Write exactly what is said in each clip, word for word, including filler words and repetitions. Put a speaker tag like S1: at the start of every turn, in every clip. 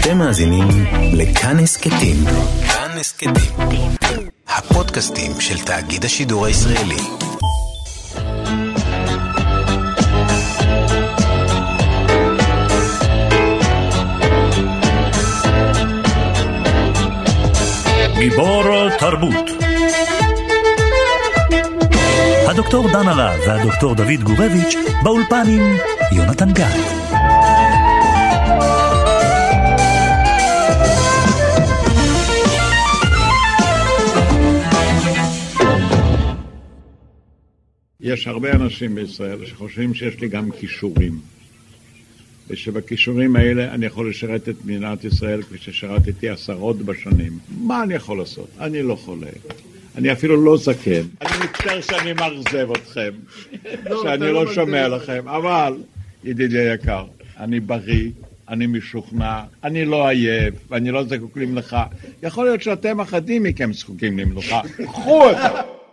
S1: אתם מאזינים לכאן הסכתים. כאן הסכתים. הפודקאסטים של תאגיד השידור הישראלי.
S2: גיבור תרבות. הדוקטור דן הרב והדוקטור דוד גורביץ' באולפן עם יונתן גת.
S3: יש הרבה אנשים בישראל שחושבים שיש לי גם כישורים, ושבכישורים האלה אני יכול לשרת את מדינת ישראל כפי ששרתתי עשרות בשנים. מה אני יכול לעשות? אני לא חולה, אני אפילו לא זקן. אני מצטער שאני מרזב אתכם, שאני לא שומע לכם, אבל ידידי יקר, אני בריא, אני משוכנע, אני לא עייף, ואני לא זקוק למלאכה. יכול להיות שאתם אחדים מכם זקוקים למלאכה. קחו אותה.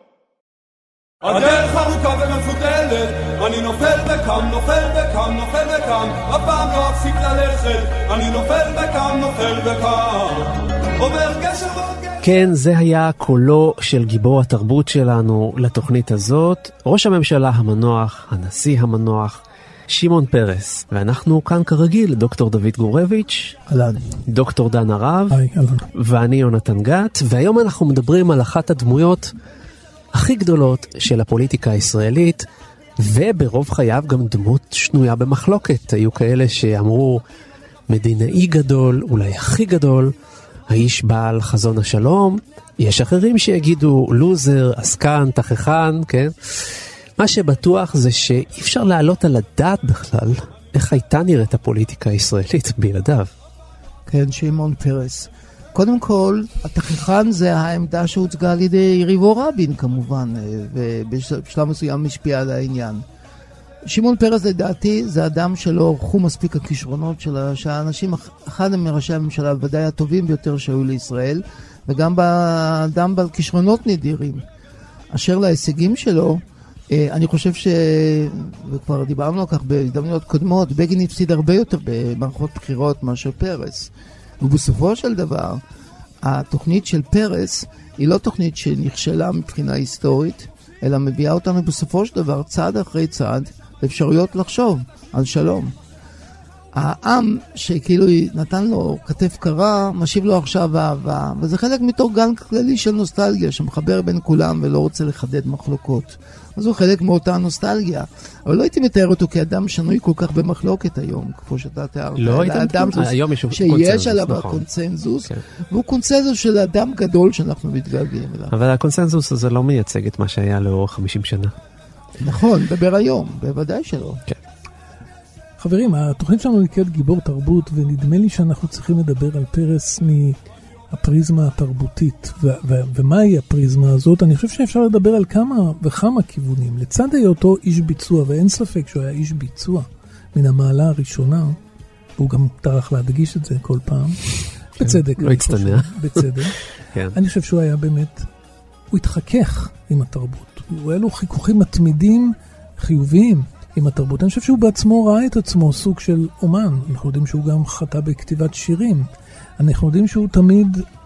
S4: הדרך ארוכה ומפותלת, אני נופל וקם, נופל וקם, נופל וקם, הפעם לא אפסיק ללכת, אני נופל וקם, נופל וקם, עובר גשר ועוד גשר.
S5: כן, זה היה קולו של גיבור התרבות שלנו לתוכנית הזאת, ראש הממשלה המנוח, הנשיא המנוח, שמעון פרס, ואנחנו כאן כרגיל, דוקטור דוד גורביץ',
S6: אלן.
S5: דוקטור דן הרב,
S6: היי, אלן.
S5: ואני יונתן גת, והיום אנחנו מדברים על אחת הדמויות הכי גדולות של הפוליטיקה הישראלית, וברוב חייו גם דמות שנויה במחלוקת. היו כאלה שאמרו מדינאי גדול, אולי הכי גדול, האיש בעל חזון השלום. יש אחרים שיגידו לוזר, עסקן, תכחן, כן? מה שבטוח זה שאי אפשר להעלות על הדעת בכלל איך הייתה נראית הפוליטיקה הישראלית בלעדיו.
S6: כן, שמעון פרס. קודם כל, התכחן זה העמדה שהוצגה על ידי יריבו רבין כמובן, ובשלב מסוים משפיע על העניין. שמעון פרס לדעתי זה אדם שלא ערכו מספיק הכישרונות של האנשים, אחד מראשי הממשלה ודאי הטובים ביותר שהיו לישראל, וגם באדם בעל כישרונות נדירים. אשר להישגים שלו, אני חושב ש... וכבר דיברנו על כך בהזדמנויות קודמות, בגין הפסיד הרבה יותר במערכות בחירות מאשר פרס. ובסופו של דבר, התוכנית של פרס היא לא תוכנית שנכשלה מבחינה היסטורית, אלא מביאה אותנו בסופו של דבר צעד אחרי צעד לאפשרויות לחשוב על שלום. העם שכאילו נתן לו כתף קרה, משיב לו עכשיו אהבה, וזה חלק מתוך גן כללי של נוסטלגיה שמחבר בין כולם ולא רוצה לחדד מחלוקות. אז הוא חלק מאותה נוסטלגיה. אבל לא הייתי מתאר אותו כאדם שנוי כל כך במחלוקת היום, כמו שאתה תיארת.
S5: לא הייתי מתאר, היום יש קונצנזוס.
S6: שיש עליו הקונצנזוס, והוא קונצנזוס של אדם גדול שאנחנו מתגעגעים אליו.
S5: אבל הקונצנזוס הזה לא מייצג את מה שהיה לאורך חמישים שנה.
S6: נכון, דבר היום, בוודאי שלא.
S5: כן.
S7: חברים, התוכנית שלנו נקראת גיבור תרבות, ונדמה לי שאנחנו צריכים לדבר על פרס מהפריזמה התרבותית. ו- ו- ומהי הפריזמה הזאת? אני חושב שאפשר לדבר על כמה וכמה כיוונים. לצד היותו איש ביצוע, ואין ספק שהוא היה איש ביצוע מן המעלה הראשונה, והוא גם טרח להדגיש את זה כל פעם. בצדק.
S5: לא הצטנע.
S7: בצדק. אני חושב שהוא היה באמת, הוא התחכך עם התרבות. הוא היה לו חיכוכים מתמידים חיוביים עם התרבות. אני חושב שהוא בעצמו ראה את עצמו סוג של אומן. אנחנו יודעים שהוא גם חטא בכתיבת שירים. אנחנו יודעים שהוא תמיד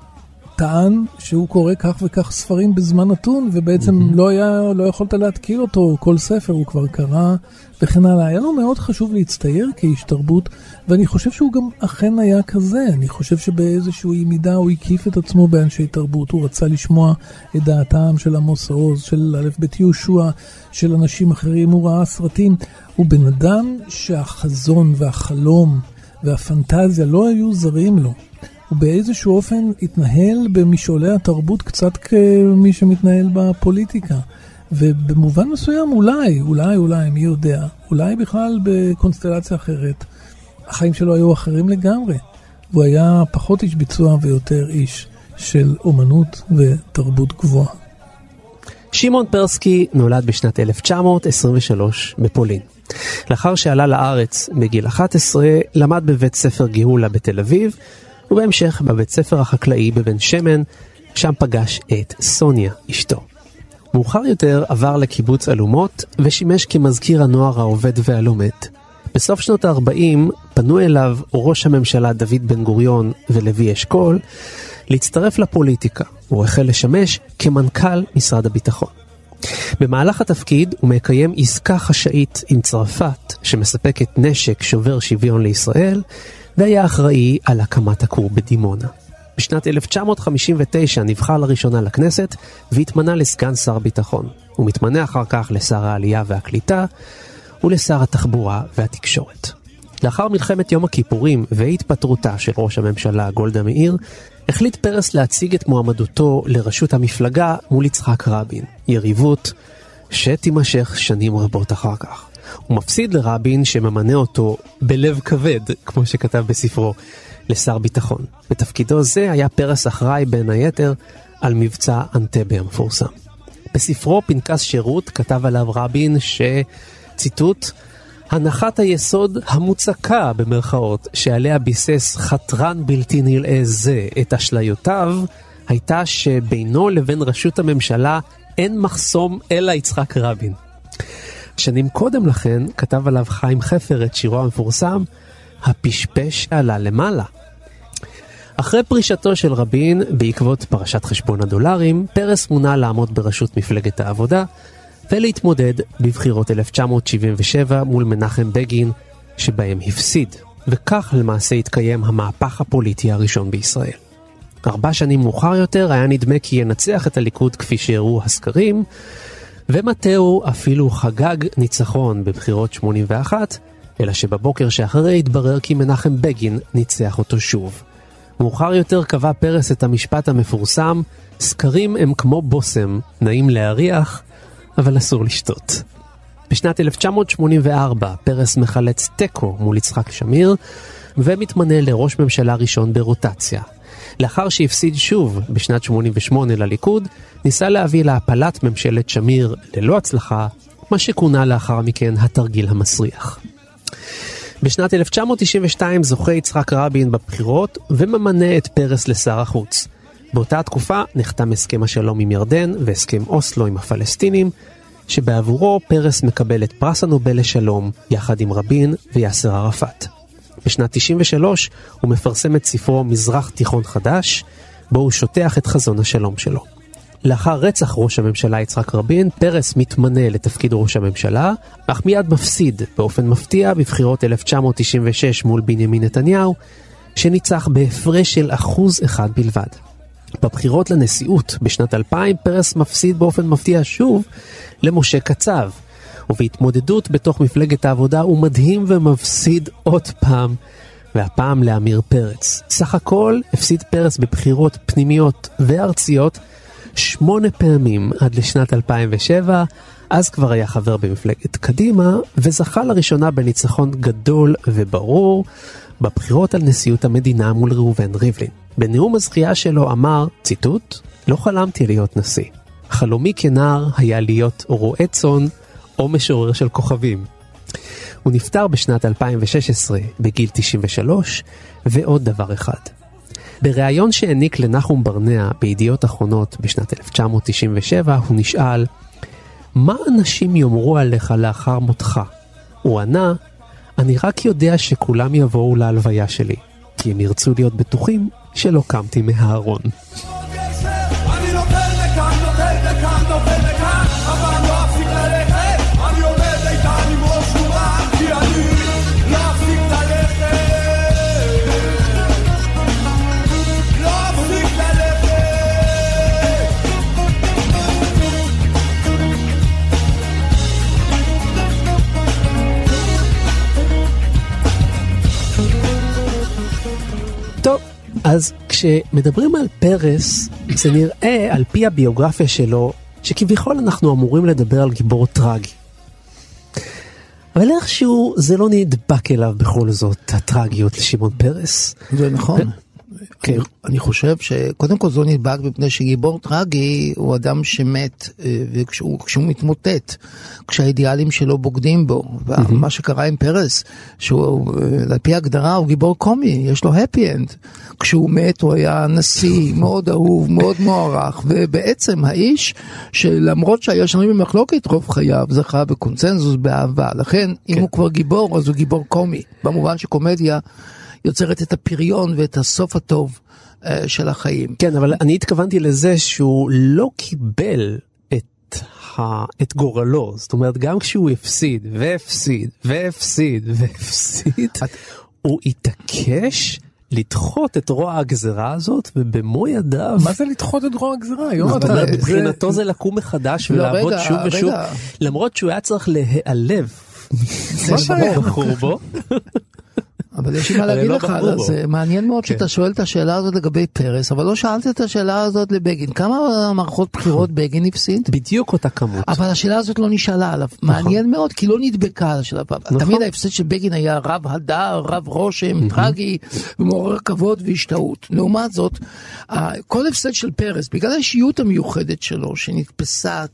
S7: טען שהוא קורא כך וכך ספרים בזמן נתון, ובעצם mm-hmm. לא היה, לא יכולת להתקיל אותו, כל ספר הוא כבר קרא וכן הלאה. היה לו מאוד חשוב להצטייר כאיש תרבות, ואני חושב שהוא גם אכן היה כזה. אני חושב שבאיזושהי מידה הוא הקיף את עצמו באנשי תרבות. הוא רצה לשמוע את דעתם של עמוס עוז, של א' בית יהושע, של אנשים אחרים. הוא ראה סרטים. הוא בן אדם שהחזון והחלום והפנטזיה לא היו זרים לו. הוא באיזשהו אופן התנהל במשעולי התרבות קצת כמי שמתנהל בפוליטיקה. ובמובן מסוים אולי, אולי, אולי, מי יודע, אולי בכלל בקונסטלציה אחרת, החיים שלו היו אחרים לגמרי. הוא היה פחות איש ביצוע ויותר איש של אומנות ותרבות גבוהה.
S5: שמעון פרסקי נולד בשנת אלף תשע מאות עשרים ושלוש בפולין. לאחר שעלה לארץ בגיל אחת עשרה, למד בבית ספר גאולה בתל אביב, ובהמשך בבית ספר החקלאי בבן שמן, שם פגש את סוניה, אשתו. מאוחר יותר עבר לקיבוץ אלומות, ושימש כמזכיר הנוער העובד והלומד בסוף שנות ה-ארבעים פנו אליו ראש הממשלה דוד בן גוריון ולוי אשכול להצטרף לפוליטיקה. הוא החל לשמש כמנכ"ל משרד הביטחון. במהלך התפקיד הוא מקיים עסקה חשאית עם צרפת שמספקת נשק שובר שוויון לישראל, והיה אחראי על הקמת הכור בדימונה. בשנת אלף תשע מאות חמישים ותשע נבחר לראשונה לכנסת והתמנה לסגן שר ביטחון. הוא מתמנה אחר כך לשר העלייה והקליטה ולשר התחבורה והתקשורת. לאחר מלחמת יום הכיפורים והתפטרותה של ראש הממשלה גולדה מאיר, החליט פרס להציג את מועמדותו לראשות המפלגה מול יצחק רבין, יריבות שתימשך שנים רבות אחר כך. הוא מפסיד לרבין שממנה אותו בלב כבד, כמו שכתב בספרו, לשר ביטחון. בתפקידו זה היה פרס אחראי בין היתר על מבצע אנטבה המפורסם. בספרו פנקס שירות כתב עליו רבין שציטוט, הנחת היסוד המוצקה במרכאות שעליה ביסס חתרן בלתי נלאה זה את אשליותיו, הייתה שבינו לבין רשות הממשלה אין מחסום אלא יצחק רבין. שנים קודם לכן כתב עליו חיים חפר את שירו המפורסם, הפשפש עלה למעלה. אחרי פרישתו של רבין, בעקבות פרשת חשבון הדולרים, פרס מונה לעמוד בראשות מפלגת העבודה, ולהתמודד בבחירות אלף תשע מאות שבעים ושבע מול מנחם בגין, שבהם הפסיד. וכך למעשה התקיים המהפך הפוליטי הראשון בישראל. ארבע שנים מאוחר יותר היה נדמה כי ינצח את הליכוד כפי שהראו הסקרים, ומטאו אפילו חגג ניצחון בבחירות שמונים ואחת, אלא שבבוקר שאחרי התברר כי מנחם בגין ניצח אותו שוב. מאוחר יותר קבע פרס את המשפט המפורסם, סקרים הם כמו בוסם, נעים להריח, אבל אסור לשתות. בשנת אלף תשע מאות שמונים וארבע פרס מחלץ טקו מול יצחק שמיר, ומתמנה לראש ממשלה ראשון ברוטציה. לאחר שהפסיד שוב בשנת שמונים ושמונה לליכוד, ניסה להביא להפלת ממשלת שמיר ללא הצלחה, מה שכונה לאחר מכן התרגיל המסריח. בשנת אלף תשע מאות תשעים ושתיים זוכה יצחק רבין בבחירות וממנה את פרס לשר החוץ. באותה התקופה נחתם הסכם השלום עם ירדן והסכם אוסלו עם הפלסטינים, שבעבורו פרס מקבל את פרס הנובל לשלום יחד עם רבין ויאסר ערפאת. בשנת תשעים ושלוש הוא מפרסם את ספרו מזרח תיכון חדש, בו הוא שוטח את חזון השלום שלו. לאחר רצח ראש הממשלה יצחק רבין, פרס מתמנה לתפקיד ראש הממשלה, אך מיד מפסיד באופן מפתיע בבחירות אלף תשע מאות תשעים ושש מול בנימין נתניהו, שניצח בהפרש של אחוז אחד בלבד. בבחירות לנשיאות בשנת אלפיים פרס מפסיד באופן מפתיע שוב למשה קצב, ובהתמודדות בתוך מפלגת העבודה הוא מדהים ומפסיד עוד פעם, והפעם לאמיר פרץ. סך הכל הפסיד פרס בבחירות פנימיות וארציות שמונה פעמים עד לשנת אלפיים ושבע, אז כבר היה חבר במפלגת קדימה, וזכה לראשונה בניצחון גדול וברור בבחירות על נשיאות המדינה מול ראובן ריבלין. בנאום הזכייה שלו אמר, ציטוט, לא חלמתי להיות נשיא. חלומי כנער היה להיות רועה צאן או משורר של כוכבים. הוא נפטר בשנת אלפיים ושש עשרה בגיל תשעים ושלוש, ועוד דבר אחד. בריאיון שהעניק לנחום ברנע בידיעות אחרונות בשנת אלף תשע מאות תשעים ושבע, הוא נשאל, מה אנשים יאמרו עליך לאחר מותך? הוא ענה, אני רק יודע שכולם יבואו להלוויה שלי, כי הם ירצו להיות בטוחים שלא קמתי מהארון. טוב, אז כשמדברים על פרס, זה נראה על פי הביוגרפיה שלו, שכביכול אנחנו אמורים לדבר על גיבור טרגי. אבל איכשהו זה לא נדבק אליו בכל זאת, הטרגיות לשמעון פרס.
S6: זה נכון. כן. אני חושב שקודם כל זו נדבק מפני שגיבור טרגי הוא אדם שמת וכשהוא כשהוא מתמוטט, כשהאידיאלים שלו בוגדים בו, ומה שקרה עם פרס, שהוא על פי הגדרה הוא גיבור קומי, יש לו happy end. כשהוא מת הוא היה נשיא מאוד אהוב, מאוד מוערך, ובעצם האיש שלמרות שהיה שנוי במחלוקת רוב חייו, זכה בקונצנזוס, באהבה. לכן אם הוא כבר גיבור אז הוא גיבור קומי, במובן שקומדיה יוצרת את הפריון ואת הסוף הטוב uh, של החיים.
S5: כן, אבל אני התכוונתי לזה שהוא לא קיבל את, ה... את גורלו. זאת אומרת, גם כשהוא הפסיד, והפסיד, והפסיד, והפסיד, את... הוא התעקש לדחות את רוע הגזרה הזאת, ובמו ידיו...
S7: מה זה לדחות את רוע הגזרה?
S5: מבחינתו זה לקום מחדש ולעבוד שוב ושוב, למרות שהוא היה צריך להיעלב. זה שבור בחורבו.
S6: אבל יש לי מה להגיד לך, זה מעניין מאוד שאתה שואל את השאלה הזאת לגבי פרס, אבל לא שאלת את השאלה הזאת לבגין. כמה מערכות בחירות בגין הפסיד?
S5: בדיוק אותה כמות.
S6: אבל השאלה הזאת לא נשאלה עליו. מעניין מאוד, כי לא נדבקה על השאלה. תמיד ההפסד של בגין היה רב הדר, רב רושם, טרגי, ומעורר כבוד והשתאות. לעומת זאת, כל הפסד של פרס, בגלל האישיות המיוחדת שלו, שנתפסה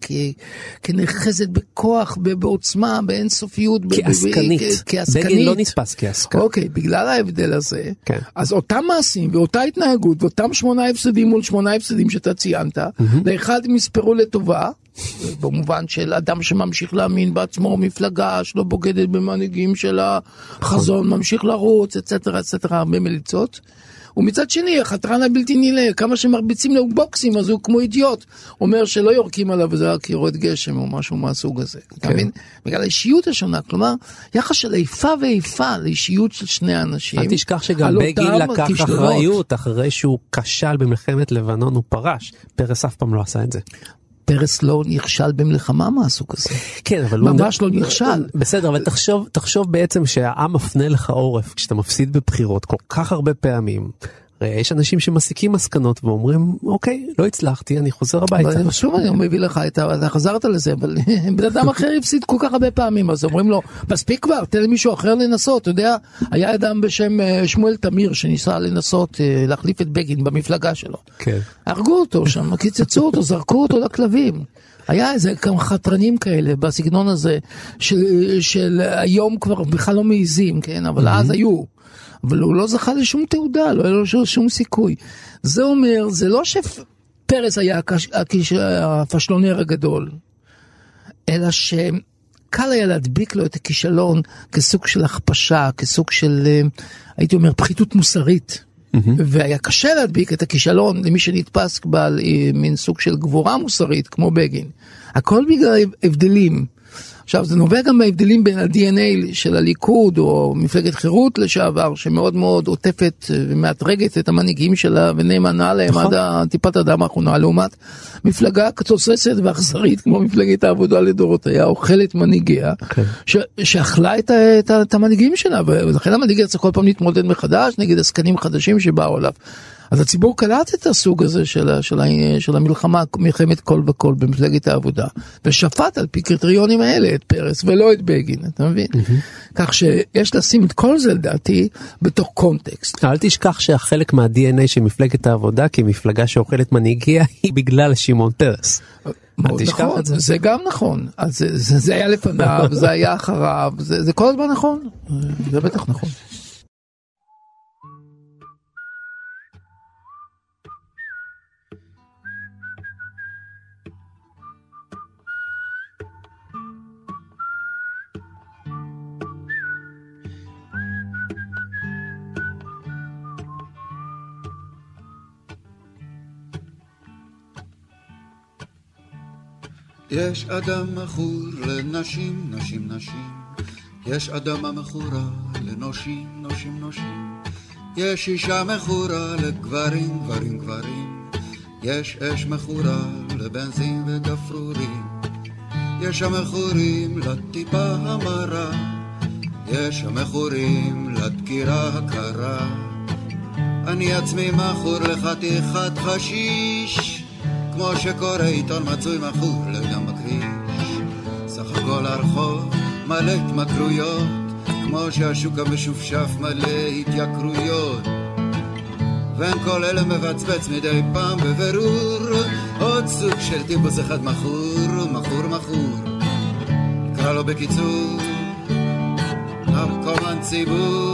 S6: כנחזת בכוח, בעוצמה, באינסופיות,
S5: כעסקנית. בגין לא נתפס כעסקן.
S6: אוקיי, בגלל ההבדל הזה, כן. אז אותם מעשים ואותה התנהגות ואותם שמונה הפסדים מול שמונה הפסדים שאתה ציינת, mm-hmm. לאחד הם יספרו לטובה, במובן של אדם שממשיך להאמין בעצמו, מפלגה שלא בוגדת במנהיגים של החזון, ממשיך לרוץ, אצטרה, אצטרה, הרבה מליצות. ומצד שני, החתרן הבלתי נילא, כמה שמרביצים לו בוקסים, אז הוא כמו אידיוט, אומר שלא יורקים עליו, וזה רק יורד גשם, או משהו מהסוג הזה. כן. בגלל האישיות השונה, כלומר, יחס של איפה ואיפה, לאישיות של שני האנשים.
S5: אל תשכח שגם בגין לקח אחריות, אחרי שהוא כשל במלחמת לבנון, הוא פרש. פרס אף פעם לא עשה את זה.
S6: פרס לא נכשל במלחמה מהסוג הזה.
S5: כן, אבל
S6: ממש לא נכשל.
S5: בסדר, אבל תחשוב, תחשוב בעצם שהעם מפנה לך עורף, כשאתה מפסיד בבחירות כל כך הרבה פעמים. יש אנשים שמסיקים מסקנות ואומרים, אוקיי, לא הצלחתי, אני חוזר הביתה.
S6: אבל שוב אני מביא לך, אתה חזרת לזה, אבל בן אדם אחר הפסיד כל כך הרבה פעמים, אז אומרים לו, מספיק כבר, תן למישהו אחר לנסות. אתה יודע, היה אדם בשם שמואל תמיר, שניסה לנסות להחליף את בגין במפלגה שלו. כן. הרגו אותו שם, קיצצו אותו, זרקו אותו לכלבים. היה איזה כמה חתרנים כאלה בסגנון הזה, של, של היום כבר בכלל לא מעיזים, כן? אבל mm-hmm. אז היו. אבל הוא לא זכה לשום תעודה, לא היה לו שום סיכוי. זה אומר, זה לא שפרס היה הפשלונר הגדול, אלא שקל היה להדביק לו את הכישלון כסוג של הכפשה, כסוג של, הייתי אומר, פחיתות מוסרית. Mm-hmm. והיה קשה להדביק את הכישלון למי שנתפס בעל מין סוג של גבורה מוסרית, כמו בגין. הכל בגלל הבדלים. עכשיו, זה נובע גם בהבדלים בין ה-די אן איי של הליכוד או מפלגת חירות לשעבר, שמאוד מאוד עוטפת ומאתרגת את המנהיגים שלה ונאמנה להם עד טיפת הדם האחרונה, לעומת מפלגה תוססת ואכזרית כמו מפלגת העבודה לדורותיה, אוכלת מנהיגיה, ש- שאכלה את, את, את המנהיגים שלה, ולכן המנהיג צריך כל פעם להתמודד מחדש נגד עסקנים חדשים שבאו עליו. אז הציבור קלט את הסוג הזה של, של, של המלחמה, מלחמת כל וכל במפלגת העבודה, ושפט על פי קריטריונים האלה את פרס ולא את בגין, אתה מבין? Mm-hmm. כך שיש לשים את כל זה לדעתי בתוך קונטקסט.
S5: אל תשכח שהחלק מה-די אן איי של מפלגת העבודה, כמפלגה שאוכלת מנהיגיה, היא בגלל שמעון פרס.
S6: מאוד נכון, זה. זה גם נכון. אז זה, זה, זה היה לפניו, זה היה אחריו, זה, זה כל הזמן נכון. זה בטח נכון.
S8: יש אדם מכור לנשים, נשים, נשים. יש אדם המכורה לנושים, נושים, נושים. יש אישה מכורה לגברים, גברים, גברים. יש אש מכורה לבנזין וגפרורים. יש המכורים לטיפה המרה. יש המכורים לדקירה הקרה. אני עצמי מכור לחתיכת חשיש, כמו שקורא עיתון מצוי מכור לידם בכביש. סך הכל הרחוב מלא התמכרויות, כמו שהשוק המשופשף מלא התייקרויות. בין כל אלה מבצבץ מדי פעם בברור עוד סוג של טיפוס אחד מחור, מחור מחור, נקרא לו בקיצור נרקומן ציבור.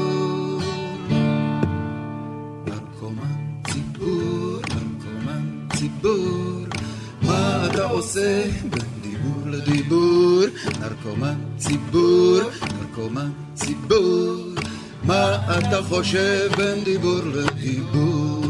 S8: נרקומן ציבור, נרקומן ציבור, מה אתה עושה בין דיבור לדיבור? נרקומן ציבור, נרקומן ציבור, מה אתה חושב בין דיבור לדיבור?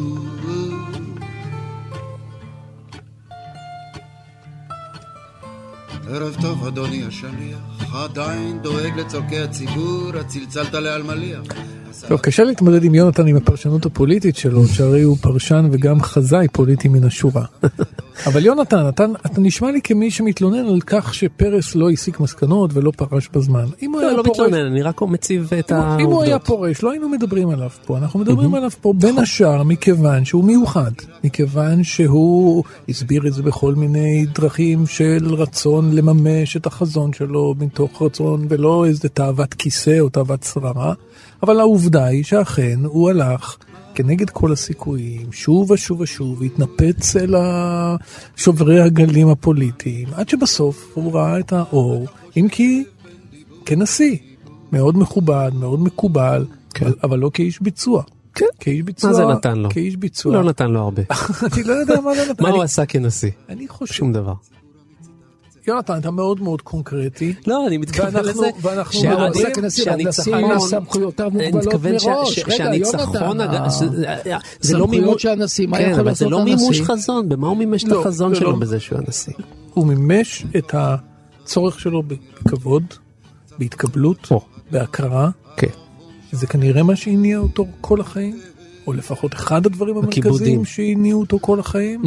S8: ערב טוב אדוני השליח, עדיין דואג לצורכי הציבור, הצלצלת לעל מליח.
S7: טוב, קשה להתמודד עם יונתן עם הפרשנות הפוליטית שלו, שהרי הוא פרשן וגם חזאי פוליטי מן השורה. אבל יונתן, אתה, אתה נשמע לי כמי שמתלונן על כך שפרס לא הסיק מסקנות ולא פרש בזמן. אם הוא
S5: לא,
S7: היה
S5: לא
S7: פורש,
S5: מתלונן, אני רק מציב את העובדות.
S7: אם הוא היה פורש, לא היינו מדברים עליו פה. אנחנו מדברים עליו פה בין השאר מכיוון שהוא מיוחד. מכיוון שהוא הסביר את זה בכל מיני דרכים של רצון לממש את החזון שלו מתוך רצון, ולא איזה תאוות כיסא או תאוות שררה. אבל העובדה היא שאכן הוא הלך כנגד כל הסיכויים, שוב ושוב ושוב, התנפץ אל שוברי הגלים הפוליטיים, עד שבסוף הוא ראה את האור, אם כי כנשיא, מאוד מכובד, מאוד מקובל, כן. אבל, אבל לא כאיש ביצוע.
S5: כן.
S7: כאיש ביצוע.
S5: מה זה נתן לו?
S7: כאיש ביצוע.
S5: לא נתן לו הרבה.
S7: אני לא יודע מה זה נתן.
S5: מה הוא עשה כנשיא?
S7: אני חושב.
S5: שום דבר.
S7: יונתן, אתה מאוד מאוד קונקרטי.
S5: לא, אני מתכוון לזה.
S7: ואנחנו
S6: שהניצחון, סמכויותיו מוגבלות מראש. רגע, יונתן,
S5: זה לא מימוש
S6: שהנשיא, מה
S5: כן,
S6: יכול
S5: אבל זה
S6: לעשות
S5: לא
S6: הנשיא?
S5: מימוש חזון, במה הוא מימש את החזון שלו בזה שהוא הנשיא?
S7: הוא מימש את הצורך שלו בכבוד, בהתקבלות, בהכרה.
S5: כן.
S7: זה כנראה מה שהניע אותו כל החיים, או לפחות אחד הדברים המרכזיים שהניעו אותו כל החיים.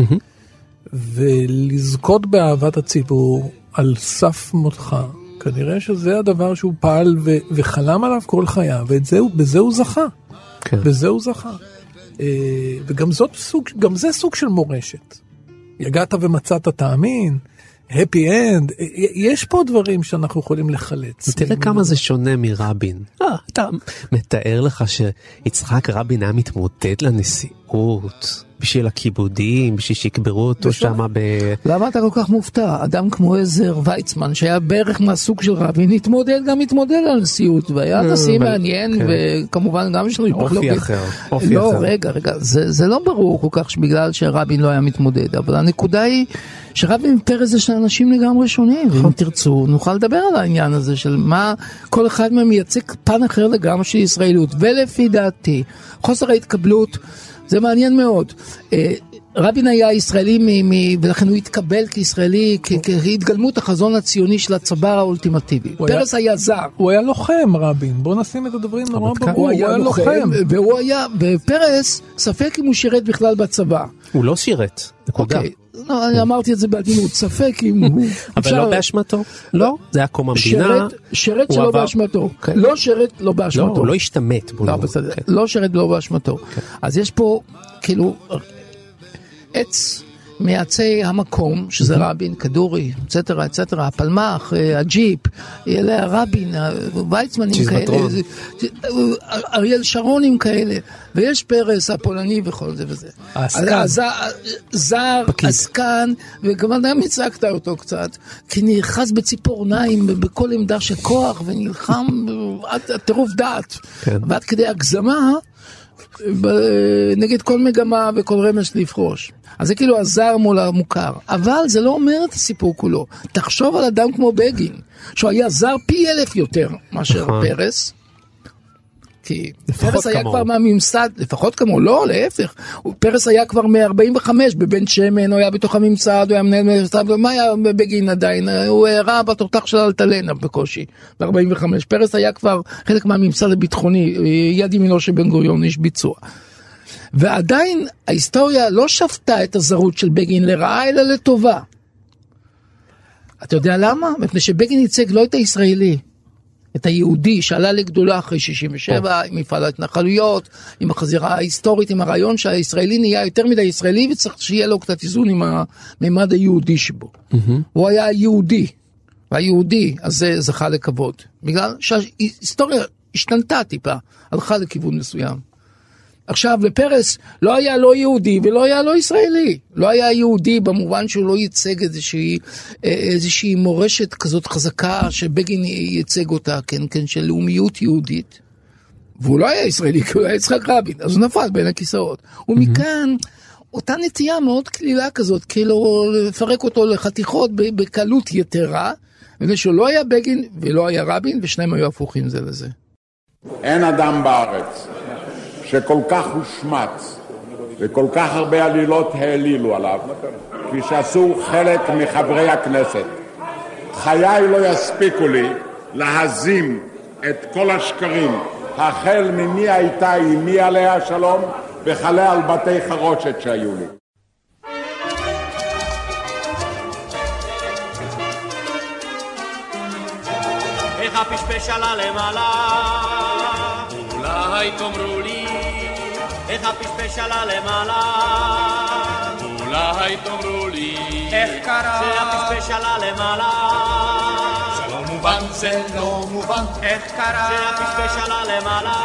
S7: ולזכות באהבת הציבור על סף מותך, כנראה שזה הדבר שהוא פעל ו- וחלם עליו כל חייו, ובזה הוא זכה. כן. בזה הוא זכה. אה, וגם זאת סוג, גם זה סוג של מורשת. יגעת ומצאת תאמין, happy end, יש פה דברים שאנחנו יכולים לחלץ.
S5: תראה כמה זה שונה מרבין. אה, אתה מתאר לך שיצחק רבין היה מתמודד לנשיאות, בשביל הכיבודים, בשביל שיקברו אותו שם ב...
S6: למה אתה כל כך מופתע? אדם כמו עזר ויצמן, שהיה בערך מהסוג של רבין, התמודד גם התמודד על נשיאות, והיה נשיא מעניין, וכמובן גם יש לו
S5: אופי אחר.
S6: לא, רגע, רגע, זה לא ברור כל כך שבגלל שרבין לא היה מתמודד, אבל הנקודה היא שרבין ופרס זה של אנשים לגמרי שונים, ואם תרצו, נוכל לדבר על העניין הזה של מה כל אחד מהם מייצג פן אחר לגמרי של ישראליות, ולפי דעתי, חוסר ההתקבלות, זה מעניין מאוד. רבין היה ישראלי, ולכן הוא התקבל כישראלי, כהתגלמות החזון הציוני של הצבר האולטימטיבי. פרס היה זר.
S7: הוא היה לוחם, רבין. בוא נשים את הדברים נורא ברור.
S6: הוא היה לוחם, והוא היה, בפרס, ספק אם הוא שירת בכלל בצבא.
S5: הוא לא שירת, נקודה.
S6: לא, אני אמרתי את זה בעדינות, ספק אם הוא...
S5: אבל לא באשמתו? לא, זה היה קום המדינה.
S6: שרת שלא באשמתו. לא שרת לא באשמתו.
S5: לא, הוא לא השתמט.
S6: לא שרת לא באשמתו. אז יש פה, כאילו, עץ מעצי המקום, שזה רבין, כדורי, אצטרה, אצטרה, הפלמח, הג'יפ, אלה הרבין, ויצמנים כאלה, אריאל שרונים כאלה, ויש פרס הפולני וכל זה וזה.
S7: העסקן.
S6: זר, עסקן, וגם אדם הצגת אותו קצת, כי נלחץ בציפורניים, בכל עמדה של כוח, ונלחם עד טירוף דעת, ועד כדי הגזמה, נגד כל מגמה וכל רמז לפרוש. אז זה כאילו הזר מול המוכר, אבל זה לא אומר את הסיפור כולו. תחשוב על אדם כמו בגין, שהוא היה זר פי אלף יותר מאשר פרס, כי פרס היה כבר מהממסד, לפחות כמו, לא, להפך, פרס היה כבר מ-ארבעים וחמש, בבן שמן, הוא היה בתוך הממסד, הוא היה מנהל ממסד, ומה היה בגין עדיין? הוא הראה בתותח של אלטלנה בקושי, ב-ארבעים וחמש. פרס היה כבר חלק מהממסד הביטחוני, יד ימינו של בן גוריון, איש ביצוע. ועדיין ההיסטוריה לא שפטה את הזרות של בגין לרעה, אלא לטובה. אתה יודע למה? מפני שבגין ייצג לא את הישראלי, את היהודי שעלה לגדולה אחרי שישים ושבע, עם מפעל ההתנחלויות, עם החזירה ההיסטורית, עם הרעיון שהישראלי נהיה יותר מדי ישראלי, וצריך שיהיה לו קצת איזון עם הממד היהודי שבו. הוא היה יהודי, והיהודי הזה זכה לכבוד, בגלל שההיסטוריה השתנתה טיפה, הלכה לכיוון מסוים. עכשיו, לפרס לא היה לא יהודי ולא היה לא ישראלי. לא היה יהודי במובן שהוא לא ייצג איזושהי, איזושהי מורשת כזאת חזקה שבגין ייצג אותה, כן, כן, של לאומיות יהודית. והוא לא היה ישראלי, כי הוא היה יצחק רבין, אז הוא נפל בין הכיסאות. ומכאן, אותה נטייה מאוד כלילה כזאת, כאילו לפרק אותו לחתיכות בקלות יתרה, מפני שהוא לא היה בגין ולא היה רבין, ושניהם היו הפוכים זה לזה.
S9: אין אדם בארץ שכל כך הושמץ וכל כך הרבה עלילות העלילו עליו, כפי שעשו חלק מחברי הכנסת. חיי לא יספיקו לי להזים את כל השקרים, החל ממי הייתה אמי עליה השלום, וחלה על בתי חרושת שהיו לי.
S10: איך הפשפש עלה למעלה, אולי תאמרו לי. איך הפשפש עלה למעלה, אולי תאמרו לי. איך קרה שהפשפש עלה למעלה, זה לא מובן, זה לא מובן. איך קרה שהפשפש עלה למעלה,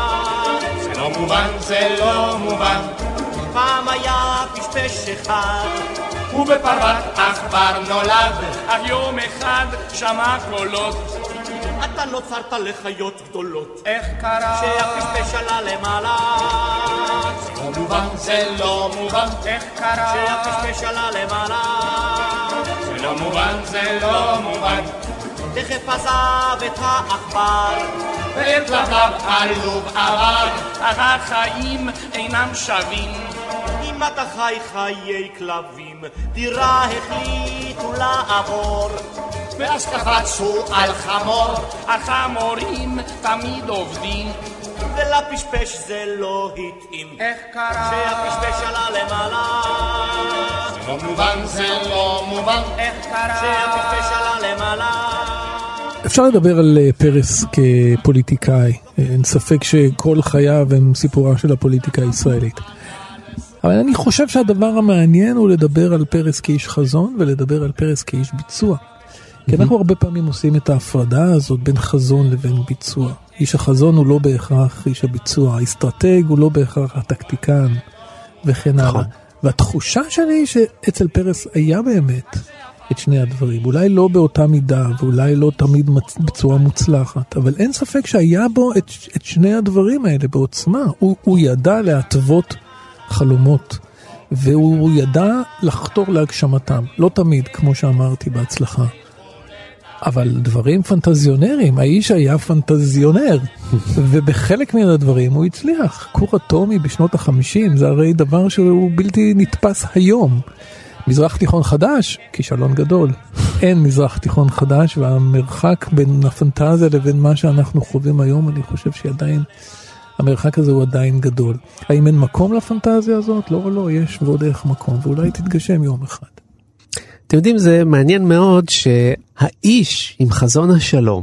S10: זה לא מובן, זה לא מובן. פעם היה פשפש אחד, ובפרוות עכבר נולד, אך יום אחד שמע קולות. אתה נוצרת לחיות גדולות. איך קרה שהפשפש עלה למעלה, זה לא מובן, זה לא מובן. איך קרה שהפשפש עלה למעלה, זה לא מובן, זה לא מובן. תכף עזב את העכבר, ואת לבב עלוב עבר, אך החיים אינם שווים. אם אתה חי חיי כלבים, דירה החליטו לעבור, ואז קפצו על חמור, החמורים תמיד עובדים, ולפשפש זה לא התאים. איך קרה שהפשפש עלה למעלה, זה לא מובן, זה לא מובן. איך קרה שהפשפש עלה למעלה.
S7: אפשר לדבר על פרס כפוליטיקאי, אין ספק שכל חייו הם סיפורה של הפוליטיקה הישראלית. אבל אני חושב שהדבר המעניין הוא לדבר על פרס כאיש חזון ולדבר על פרס כאיש ביצוע. כי אנחנו הרבה פעמים עושים את ההפרדה הזאת בין חזון לבין ביצוע. איש החזון הוא לא בהכרח איש הביצוע, האסטרטג הוא לא בהכרח הטקטיקן וכן הלאה. והתחושה שלי שאצל פרס היה באמת את שני הדברים. אולי לא באותה מידה ואולי לא תמיד בצורה מוצלחת, אבל אין ספק שהיה בו את, את שני הדברים האלה בעוצמה. הוא, הוא ידע להתוות חלומות, והוא ידע לחתור להגשמתם. לא תמיד, כמו שאמרתי, בהצלחה. אבל דברים פנטזיונרים, האיש היה פנטזיונר, ובחלק מן הדברים הוא הצליח. כור אטומי בשנות החמישים, זה הרי דבר שהוא בלתי נתפס היום. מזרח תיכון חדש, כישלון גדול. אין מזרח תיכון חדש, והמרחק בין הפנטזיה לבין מה שאנחנו חווים היום, אני חושב שעדיין, המרחק הזה הוא עדיין גדול. האם אין מקום לפנטזיה הזאת? לא, לא, יש ועוד איך מקום, ואולי תתגשם יום אחד.
S5: אתם יודעים, זה מעניין מאוד שהאיש עם חזון השלום,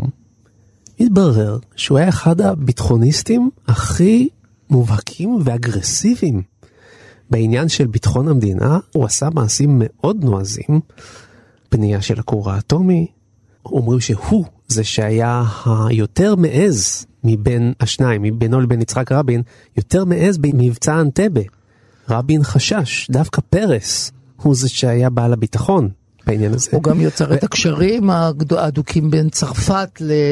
S5: מתברר שהוא היה אחד הביטחוניסטים הכי מובהקים ואגרסיביים. בעניין של ביטחון המדינה, הוא עשה מעשים מאוד נועזים, בנייה של הכור האטומי. אומרים שהוא זה שהיה היותר מעז מבין השניים, מבינו לבין יצחק רבין, יותר מעז במבצע אנטבה. רבין חשש, דווקא פרס הוא זה שהיה בעל הביטחון בעניין הזה.
S6: הוא גם יוצר את הקשרים האדוקים בין צרפת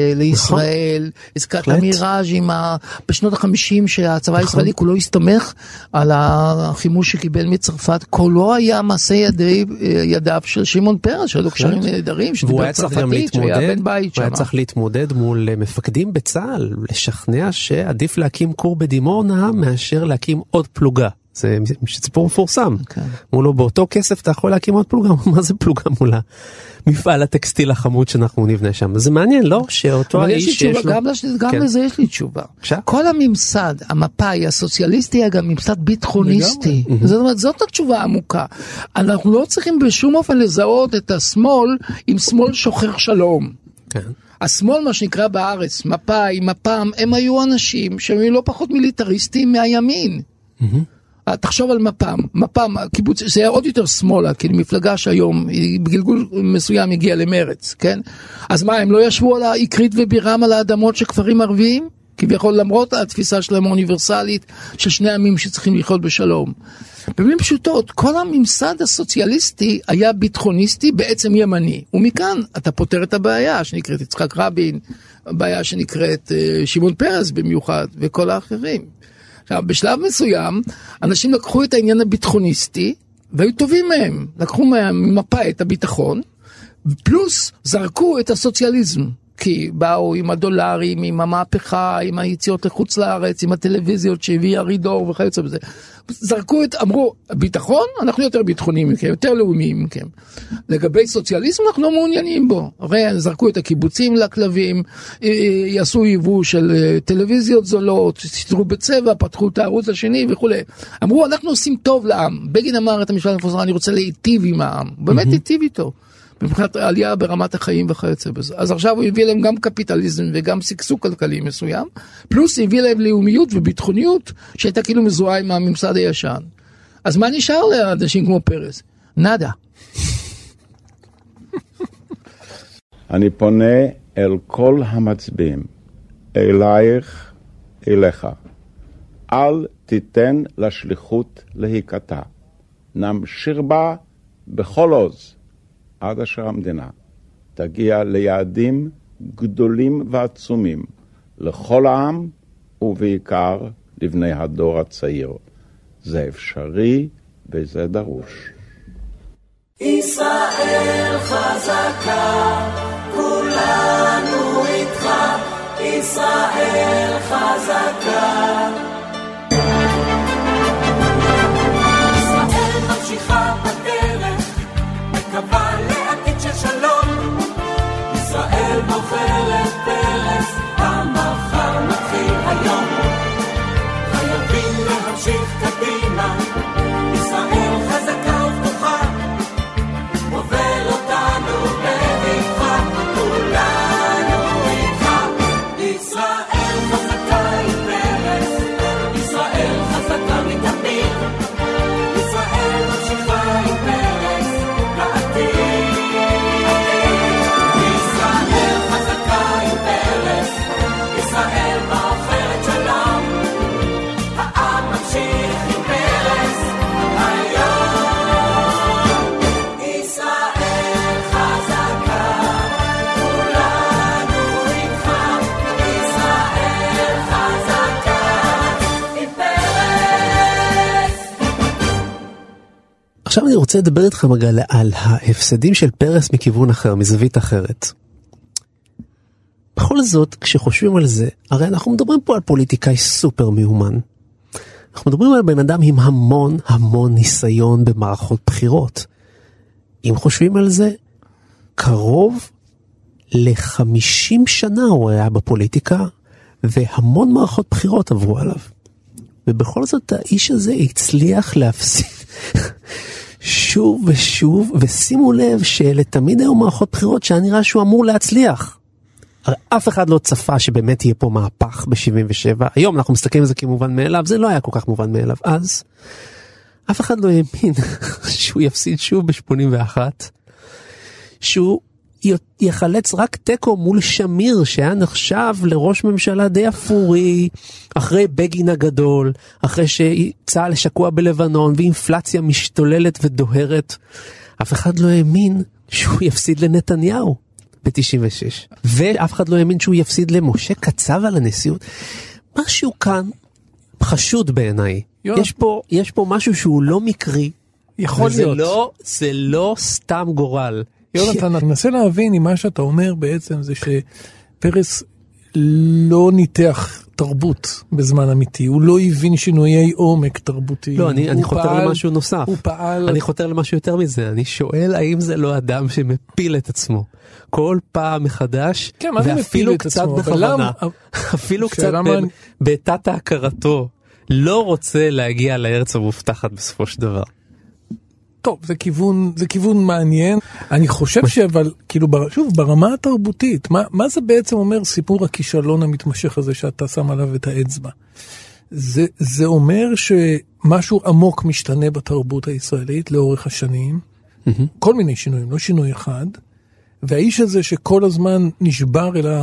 S6: לישראל, הזכרת המיראז' בשנות החמישים שהצבא הישראלי כולו הסתמך על החימוש שקיבל מצרפת, כולו היה מעשה ידיו של שמעון פרס, שהיו קשרים נהדרים, שדיבר צרפתית, שהיה בן בית שם.
S5: הוא היה צריך להתמודד מול מפקדים בצה"ל, לשכנע שעדיף להקים כור בדימונה מאשר להקים עוד פלוגה. זה סיפור מפורסם. מולו באותו כסף אתה יכול להקים עוד פלוגה. מה זה פלוגה מולה? מפעל הטקסטיל החמוד שאנחנו נבנה שם. זה מעניין, לא? שאותו האיש שיש לו...
S6: גם לזה יש לי תשובה. כל הממסד, המפאי, הסוציאליסטי, היה גם ממסד ביטחוניסטי. זאת אומרת, זאת התשובה העמוקה. אנחנו לא צריכים בשום אופן לזהות את השמאל עם שמאל שוחר שלום. השמאל, מה שנקרא בארץ, מפאי, מפ"ם, הם היו אנשים שהם לא פחות מיליטריסטים מהימין. תחשוב על מפ"ם, מפ"ם, קיבוץ, זה היה עוד יותר שמאלה, כי מפלגה שהיום, בגלגול מסוים הגיעה למרץ, כן? אז מה, הם לא ישבו על העיקרית ובירם על האדמות של כפרים ערביים? כביכול למרות התפיסה שלהם האוניברסלית של שני עמים שצריכים לחיות בשלום. במילים פשוטות, כל הממסד הסוציאליסטי היה ביטחוניסטי בעצם ימני, ומכאן אתה פותר את הבעיה שנקראת יצחק רבין, הבעיה שנקראת uh, שמעון פרס במיוחד, וכל האחרים. עכשיו, בשלב מסוים, אנשים לקחו את העניין הביטחוניסטי, והיו טובים מהם, לקחו ממפה את הביטחון, פלוס זרקו את הסוציאליזם, כי באו עם הדולרים, עם המהפכה, עם היציאות לחוץ לארץ, עם הטלוויזיות שהביא ארידור וכיוצא בזה. זרקו את, אמרו, ביטחון, אנחנו יותר ביטחוניים מכם, יותר לאומיים מכם. לגבי סוציאליזם, אנחנו לא מעוניינים בו. הרי זרקו את הקיבוצים לכלבים, יעשו ייבוא של טלוויזיות זולות, סתרו בצבע, פתחו את הערוץ השני וכו'. אמרו, אנחנו עושים טוב לעם. בגין אמר את המשפט המפורסם, אני רוצה להיטיב עם העם. באמת להיטיב איתו. מבחינת העלייה ברמת החיים וכיוצא בזה. אז עכשיו הוא הביא להם גם קפיטליזם וגם סכסוך כלכלי מסוים, פלוס הביא להם לאומיות וביטחוניות שהייתה כאילו מזוהה עם הממסד הישן. אז מה נשאר לאנשים כמו פרס? נדה.
S9: אני פונה אל כל המצביעים, אלייך, אליך. אל תיתן לשליחות להיקטע. נמשיך בה בכל עוז. עד אשר המדינה תגיע ליעדים גדולים ועצומים לכל העם ובעיקר לבני הדור הצעיר. זה אפשרי וזה דרוש.
S10: ישראל חזקה, כולנו איתך, ישראל חזקה. ישראל ממשיכה בדרך, מקווה לעתיד של שלום. ישראל בוחרת פרס, המחר מתחיל היום. חייבים להמשיך קדימה, ישראל חזקה ובטוחה, מובל אותנו בבטחה, כולנו איתך. ישראל חזקה עם פרס, ישראל חזקה מתמיד, ישראל ממשיכה עם פרס לעתיד. ישראל חזקה עם פרס, ישראל בוחרת שלום, העם ממשיך עם פרס היום. ישראל חזקה, כולנו איתך, ישראל חזקה עם פרס.
S5: עכשיו אני רוצה לדבר איתכם רגע על ההפסדים של פרס מכיוון אחר, מזווית אחרת. בכל זאת, כשחושבים על זה, הרי אנחנו מדברים פה על פוליטיקאי סופר מיומן. אנחנו מדברים על בן אדם עם המון המון ניסיון במערכות בחירות. אם חושבים על זה, קרוב ל-חמישים שנה הוא היה בפוליטיקה, והמון מערכות בחירות עברו עליו. ובכל זאת האיש הזה הצליח להפסיד שוב ושוב, ושימו לב שלתמיד היו מערכות בחירות שהיה נראה שהוא אמור להצליח. הרי אף אחד לא צפה שבאמת יהיה פה מהפך ב-שבעים ושבע. היום אנחנו מסתכלים על זה כמובן מאליו, זה לא היה כל כך מובן מאליו. אז אף אחד לא האמין שהוא יפסיד שוב ב-שמונים ואחת, שהוא יחלץ רק טקו מול שמיר, שהיה נחשב לראש ממשלה די אפורי, אחרי בגין הגדול, אחרי שצה"ל שקוע בלבנון, ואינפלציה משתוללת ודוהרת. אף אחד לא האמין שהוא יפסיד לנתניהו ב-תשעים ושש. ואף אחד לא האמין שהוא יפסיד למשה קצב על הנשיאות. משהו כאן חשוד בעיניי. יש פה, יש פה משהו שהוא לא מקרי.
S7: יכול להיות.
S5: לא, זה לא סתם גורל.
S7: יונתן, אני מנסה להבין אם מה שאתה אומר בעצם זה שפרס לא ניתח תרבות בזמן אמיתי, הוא לא הבין שינויי עומק תרבותי.
S5: לא, אני, אני חותר
S7: פעל,
S5: למשהו נוסף.
S7: הוא פעל...
S5: אני חותר למשהו יותר מזה, אני שואל האם זה לא אדם שמפיל את עצמו. כל פעם מחדש,
S7: כן, ואפילו קצת
S5: בכוונה, אפילו קצת ב- בתת ההכרתו, לא רוצה להגיע לארץ המובטחת בסופו של דבר.
S7: טוב, זה כיוון, זה כיוון מעניין. אני חושב שאבל, כאילו, שוב, ברמה התרבותית, מה, מה זה בעצם אומר סיפור הכישלון המתמשך הזה שאתה שם עליו את האצבע? זה, זה אומר שמשהו עמוק משתנה בתרבות הישראלית לאורך השנים, mm-hmm. כל מיני שינויים, לא שינוי אחד, והאיש הזה שכל הזמן נשבר אל, ה,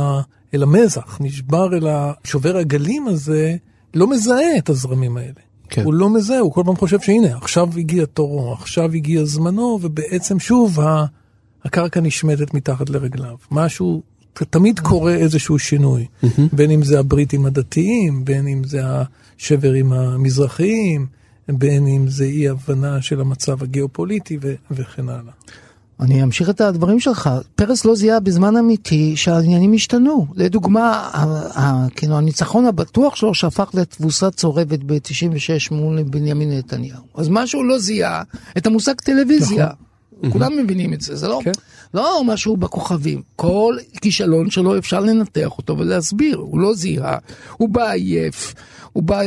S7: אל המזח, נשבר אל השובר הגלים הזה, לא מזהה את הזרמים האלה. כן. הוא לא מזהה, הוא כל פעם חושב שהנה, עכשיו הגיע תורו, עכשיו הגיע זמנו, ובעצם שוב הקרקע נשמדת מתחת לרגליו. משהו, תמיד קורה איזשהו שינוי, mm-hmm. בין אם זה הבריטים הדתיים, בין אם זה השברים המזרחיים, בין אם זה אי הבנה של המצב הגיאופוליטי ו- וכן הלאה.
S6: אני אמשיך את הדברים שלך. פרס לא זיהה בזמן אמיתי שהעניינים השתנו. לדוגמה, כאילו, הניצחון הבטוח שלו שהפך לתבוסה צורבת ב-תשעים ושש מול בנימין נתניהו. אז משהו לא זיהה את המושג טלוויזיה. כולם מבינים את זה, זה לא, לא משהו בכוכבים. כל כישלון שלו אפשר לנתח אותו ולהסביר. הוא לא זיהה, הוא בא עייף, הוא בא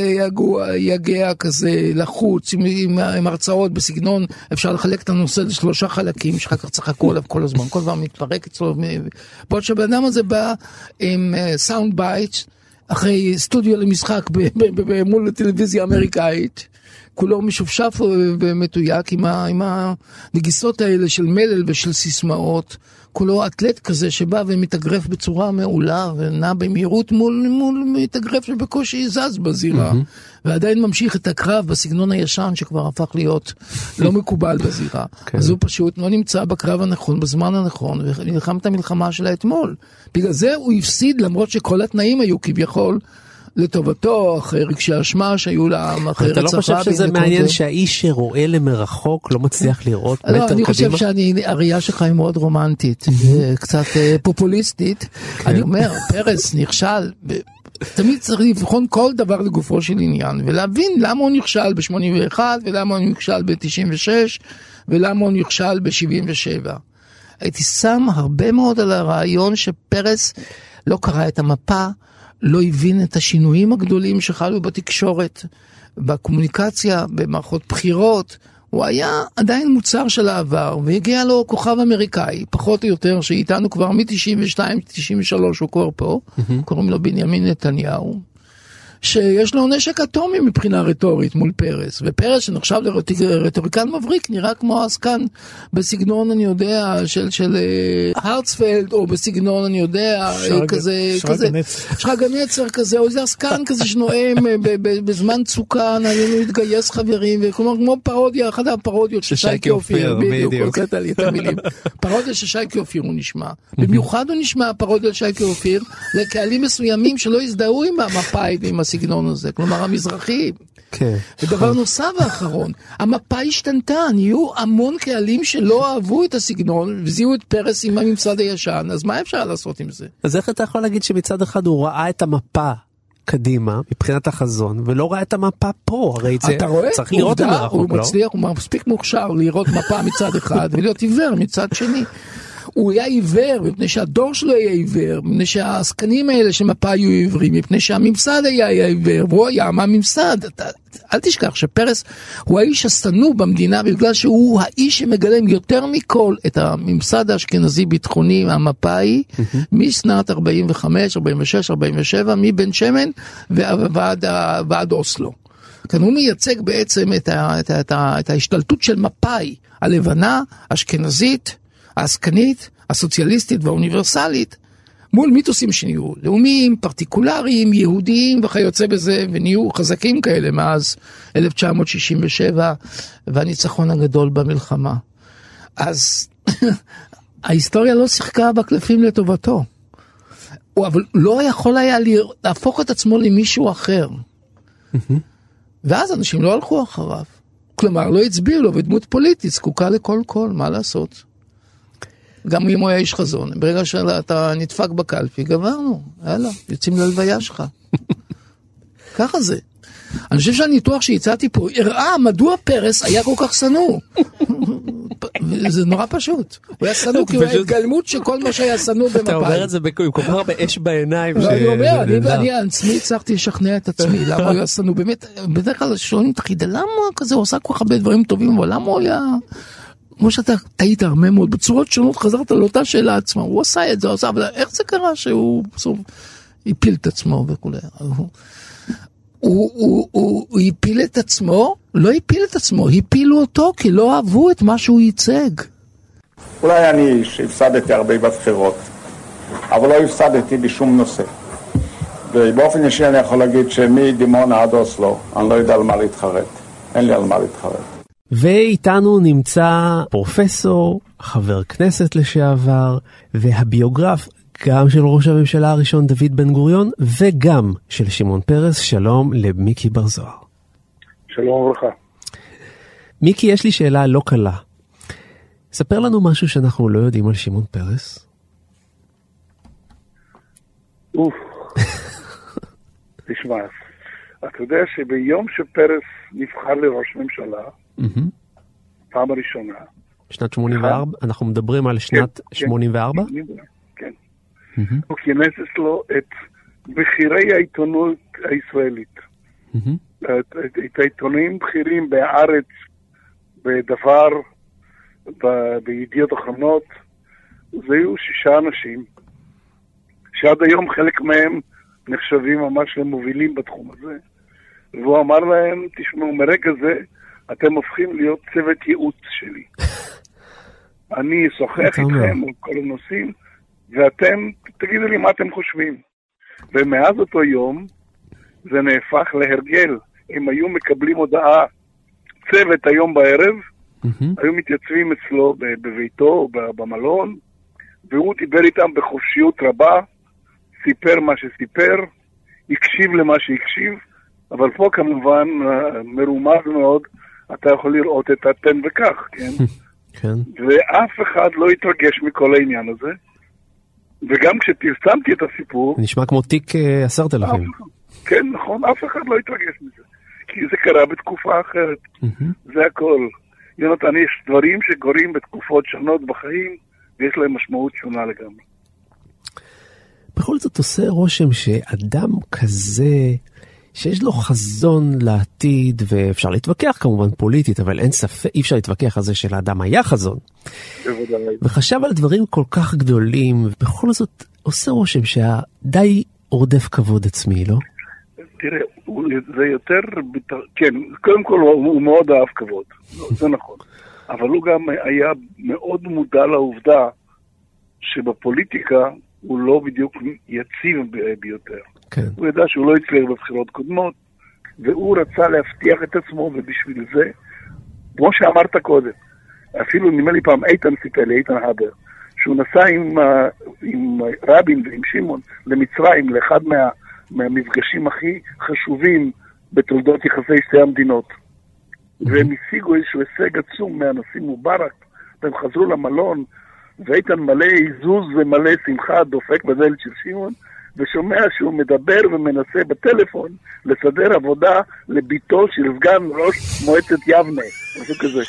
S6: יגע כזה לחוץ, עם, עם, עם הרצאות בסגנון, אפשר לחלק את הנושא לשלושה חלקים, שאחר כך צריך לקרוא עליו כל הזמן, כל דבר מתפרק אצלו. בעוד שבאדם הזה בא עם סאונד בייט, אחרי סטודיו למשחק מול טלוויזיה אמריקאית, כולו משופשף ומתויק עם, ה, עם הנגיסות האלה של מלל ושל סיסמאות, כולו אתלט כזה שבא ומתאגרף בצורה מעולה ונע במהירות מול, מול מתאגרף שבקושי זז בזירה, mm-hmm. ועדיין ממשיך את הקרב בסגנון הישן שכבר הפך להיות לא מקובל בזירה. okay. אז הוא פשוט לא נמצא בקרב הנכון, בזמן הנכון, ונלחם את המלחמה שלה אתמול. בגלל זה הוא הפסיד, למרות שכל התנאים היו כביכול לטובתו, אחרי רגשי אשמה שהיו לה, אחרי רצחה.
S5: אתה לא חושב שזה מעניין שהאיש שרואה למרחוק לא מצליח לראות מטר קדימה?
S6: לא, אני חושב שהראייה שלך היא מאוד רומנטית, קצת פופוליסטית. אני אומר, פרס נכשל, תמיד צריך לבחון כל דבר לגופו של עניין, ולהבין למה הוא נכשל ב-שמונים ואחת, ולמה הוא נכשל ב-תשעים ושש, ולמה הוא נכשל ב-שבעים ושבע. הייתי שם הרבה מאוד על הרעיון שפרס לא קרא את המפה, לא הבין את השינויים הגדולים שחלו בתקשורת, בקומוניקציה, במערכות בחירות. הוא היה עדיין מוצר של העבר, והגיע לו כוכב אמריקאי, פחות או יותר, שאיתנו כבר מ-תשעים ושתיים תשעים ושלוש הוא כבר פה, mm-hmm. קוראים לו בנימין נתניהו, שיש לו נשק אטומי מבחינה רטורית מול פרס, ופרס שנחשב לרטוריקן מבריק, נראה כמו עסקן בסגנון, אני יודע, של, של הרצפלד, או בסגנון, אני יודע, שרג, כזה,
S7: שרג
S6: כזה,
S7: הנצר.
S6: שרג הנצר כזה, או איזה עסקן כזה שנואם בזמן צוקה, נהיינו להתגייס חברים, וכלומר, כמו פרודיה, אחת הפרודיות של שייקי אופיר, בדיוק, הוצאת לי את המילים. פרודיה של שייקי אופיר הוא נשמע. במיוחד הוא נשמע פרודיה של שייקי אופיר, לקהלים מסוימים שלא הזדהו עם המפאי ועם הסגנון הזה, כלומר המזרחי.
S5: כן.
S6: ודבר נוסף האחרון, המפה השתנתה, נהיו המון קהלים שלא אהבו את הסגנון, וזיהו את פרס עם הממסד הישן, אז מה אפשר לעשות עם זה?
S5: אז איך אתה יכול להגיד שמצד אחד הוא ראה את המפה קדימה, מבחינת החזון, ולא ראה את המפה פה, הרי זה צריך לראות את המרחוק, לא?
S6: הוא מצליח, הוא מספיק מוכשר לראות מפה מצד אחד, ולהיות עיוור מצד שני. הוא היה עיוור, מפני שהדור שלו היה עיוור, מפני שהעסקנים האלה שמפה היו עיוורים, מפני שהממסד היה עיוור, והוא היה מהממסד. אל תשכח שפרס הוא האיש השנוא במדינה, בגלל שהוא האיש שמגלם יותר מכל את הממסד האשכנזי ביטחוני, המפאי, משנת ארבעים וחמש, ארבעים ושש, ארבעים ושבע, מבן שמן ועד, ועד אוסלו. כאן הוא מייצג בעצם את, ה, את, ה, את, ה, את ההשתלטות של מפאי, הלבנה, האשכנזית, העסקנית, הסוציאליסטית והאוניברסלית, מול מיתוסים שנהיו לאומיים, פרטיקולריים, יהודיים וכיוצא בזה, ונהיו חזקים כאלה מאז אלף תשע מאות שישים ושבע, והניצחון הגדול במלחמה. אז ההיסטוריה לא שיחקה בקלפים לטובתו. הוא אבל לא יכול היה להפוך את עצמו למישהו אחר. ואז אנשים לא הלכו אחריו. כלומר, לא הצביעו לו, ודמות פוליטית זקוקה לכל קול, מה לעשות? גם אם הוא היה איש חזון, ברגע שאתה נדפק בקלפי, גברנו, יאללה, יוצאים ללוויה שלך. ככה זה. אני חושב שהניתוח שהצעתי פה, הראה מדוע פרס היה כל כך סנוא. זה נורא פשוט. הוא היה סנוא, כי הוא היה התגלמות שכל מה שהיה סנוא במפאי.
S5: אתה אומר את זה כל כך באש בעיניים.
S6: אני אומר, אני עצמי הצלחתי לשכנע את עצמי, למה הוא היה סנוא. באמת, בדרך כלל שואלים, תחידה, למה כזה הוא עושה כל כך הרבה דברים טובים, אבל למה הוא היה... כמו שאתה טעית הרבה מאוד, בצורות שונות חזרת לאותה שאלה עצמה, הוא עשה את זה, הוא עשה, אבל איך זה קרה שהוא בסוף הפיל את עצמו וכולי? הוא, הוא, הוא, הוא, הוא הפיל את עצמו, לא הפיל את עצמו, הפילו אותו כי לא אהבו את מה שהוא ייצג.
S9: אולי אני שהפסדתי הרבה בבחירות, אבל לא הפסדתי בשום נושא. ובאופן אישי אני יכול להגיד שמדימונה עד אוסלו, אני לא יודע על מה להתחרט. אין לי על מה להתחרט.
S5: ואיתנו נמצא פרופסור, חבר כנסת לשעבר, והביוגרף גם של ראש הממשלה הראשון דוד בן גוריון, וגם של שמעון פרס. שלום למיקי בר זוהר.
S11: שלום וברכה.
S5: מיקי, יש לי שאלה לא קלה. ספר לנו משהו שאנחנו לא יודעים על שמעון פרס.
S11: אוף. תשמע, אתה יודע שביום שפרס נבחר לראש ממשלה, פעם הראשונה.
S5: שנת שמונים וארבע? אנחנו מדברים על שנת שמונים וארבע?
S11: כן. הוא כינס אצלו את בכירי העיתונות הישראלית. את העיתונאים בכירים בארץ, בדבר, בידיעות אחרונות. זה היו שישה אנשים, שעד היום חלק מהם נחשבים ממש למובילים בתחום הזה. והוא אמר להם, תשמעו, מרגע זה אתם הופכים להיות צוות ייעוץ שלי. אני אשוחח איתכם על כל הנושאים, ואתם תגידו לי מה אתם חושבים. ומאז אותו יום זה נהפך להרגל. הם היו מקבלים הודעה צוות היום בערב, היו מתייצבים אצלו בביתו, במלון, והוא דיבר איתם בחופשיות רבה, סיפר מה שסיפר, הקשיב למה שהקשיב, אבל פה כמובן מרומז מאוד, אתה יכול לראות את התן וכך, כן?
S5: כן.
S11: ואף אחד לא התרגש מכל העניין הזה, וגם כשפרסמתי את הסיפור...
S5: נשמע כמו תיק עשרת אלפים.
S11: כן, נכון, אף אחד לא התרגש מזה, כי זה קרה בתקופה אחרת, זה הכל. יונתן, יש דברים שקורים בתקופות שונות בחיים, ויש להם משמעות שונה לגמרי.
S5: בכל זאת עושה רושם שאדם כזה, שיש לו חזון לעתיד, ואפשר להתווכח כמובן פוליטית, אבל אין ספק, אי אפשר להתווכח על זה שלאדם היה חזון.
S11: בוודאי.
S5: וחשב על דברים כל כך גדולים, ובכל זאת עושה רושם שדי עורדף כבוד עצמי, לא?
S11: תראה, זה יותר, כן, קודם כל הוא מאוד אהב כבוד, זה נכון. אבל הוא גם היה מאוד מודע לעובדה שבפוליטיקה הוא לא בדיוק יציב ביותר.
S5: כן.
S11: הוא ידע שהוא לא יצליח בבחירות קודמות, והוא רצה להבטיח את עצמו, ובשביל זה, כמו שאמרת קודם, אפילו נדמה לי פעם איתן סיפר לי, איתן הבר, שהוא נסע עם, עם רבין ועם שמעון למצרים, לאחד מה, מהמפגשים הכי חשובים בתולדות יחסי שתי המדינות. והם השיגו איזשהו הישג עצום מהנשיא מובארק, והם חזרו למלון, ואיתן מלא עיזוז ומלא שמחה דופק בדלת של שמעון, ושומע שהוא מדבר ומנסה בטלפון לסדר עבודה לביתו של סגן ראש מועצת יבנה, משהו כזה.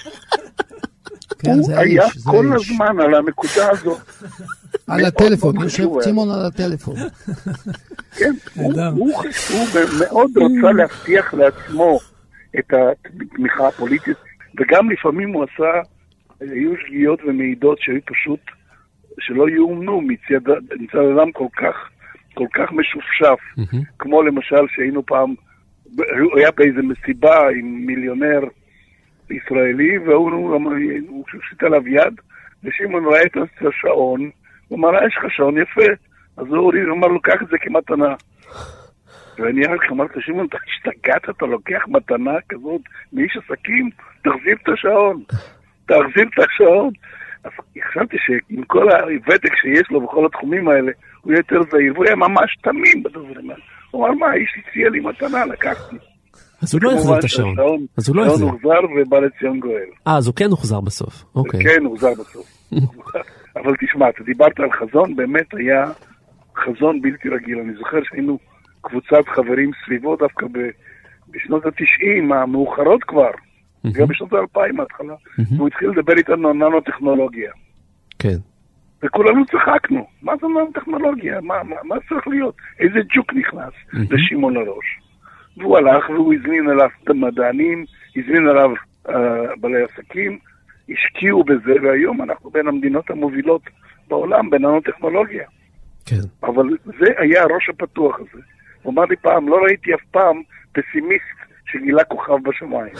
S11: הוא היה כל הזמן על הנקודה הזו.
S6: על הטלפון, יושב שמעון על הטלפון.
S11: כן, הוא מאוד רוצה להבטיח לעצמו את התמיכה הפוליטית, וגם לפעמים הוא עשה, היו שגיאות ומעידות שהיו פשוט, שלא יאומנו מצד אדם כל כך, כל כך משופשף, כמו למשל שהיינו פעם, הוא היה באיזה מסיבה עם מיליונר ישראלי, והוא שושית עליו יד, ושמעון ראה את השעון, הוא אמר, יש לך שעון יפה, אז הוא אמר לו, קח את זה כמתנה. ואני אמרתי, שמעון, אתה השתגעת, אתה לוקח מתנה כזאת מאיש עסקים, תחזיר את השעון, תחזיר את השעון. אז חשבתי שעם כל הוותק שיש לו בכל התחומים האלה, הוא יהיה יותר זהיר, והוא היה ממש תמים בדברים האלה. הוא אמר, מה, איש הציע לי מתנה, לקחתי.
S5: אז הוא לא יחזיר את השעון. אז הוא לא יחזיר.
S11: השעון הוחזר ובא לציון גואל.
S5: אה, אז הוא כן הוחזר בסוף. אוקיי.
S11: כן, הוחזר בסוף. אבל תשמע, אתה דיברת על חזון, באמת היה חזון בלתי רגיל. אני זוכר שהיינו קבוצת חברים סביבו דווקא בשנות התשעים, המאוחרות כבר, גם בשנות האלפיים ההתחלה, והוא התחיל לדבר איתנו על ננו-טכנולוגיה.
S5: כן.
S11: וכולנו צחקנו, מה זה ננו-טכנולוגיה? מה, מה, מה צריך להיות? איזה ג'וק נכנס לשמעון לראש? והוא הלך והוא הזמין עליו את המדענים, הזמין עליו uh, בעלי עסקים, השקיעו בזה, והיום אנחנו בין המדינות המובילות בעולם, בננו-טכנולוגיה.
S5: כן.
S11: אבל זה היה הראש הפתוח הזה. הוא אמר לי פעם, לא ראיתי אף פעם פסימיסט שגילה כוכב בשמיים.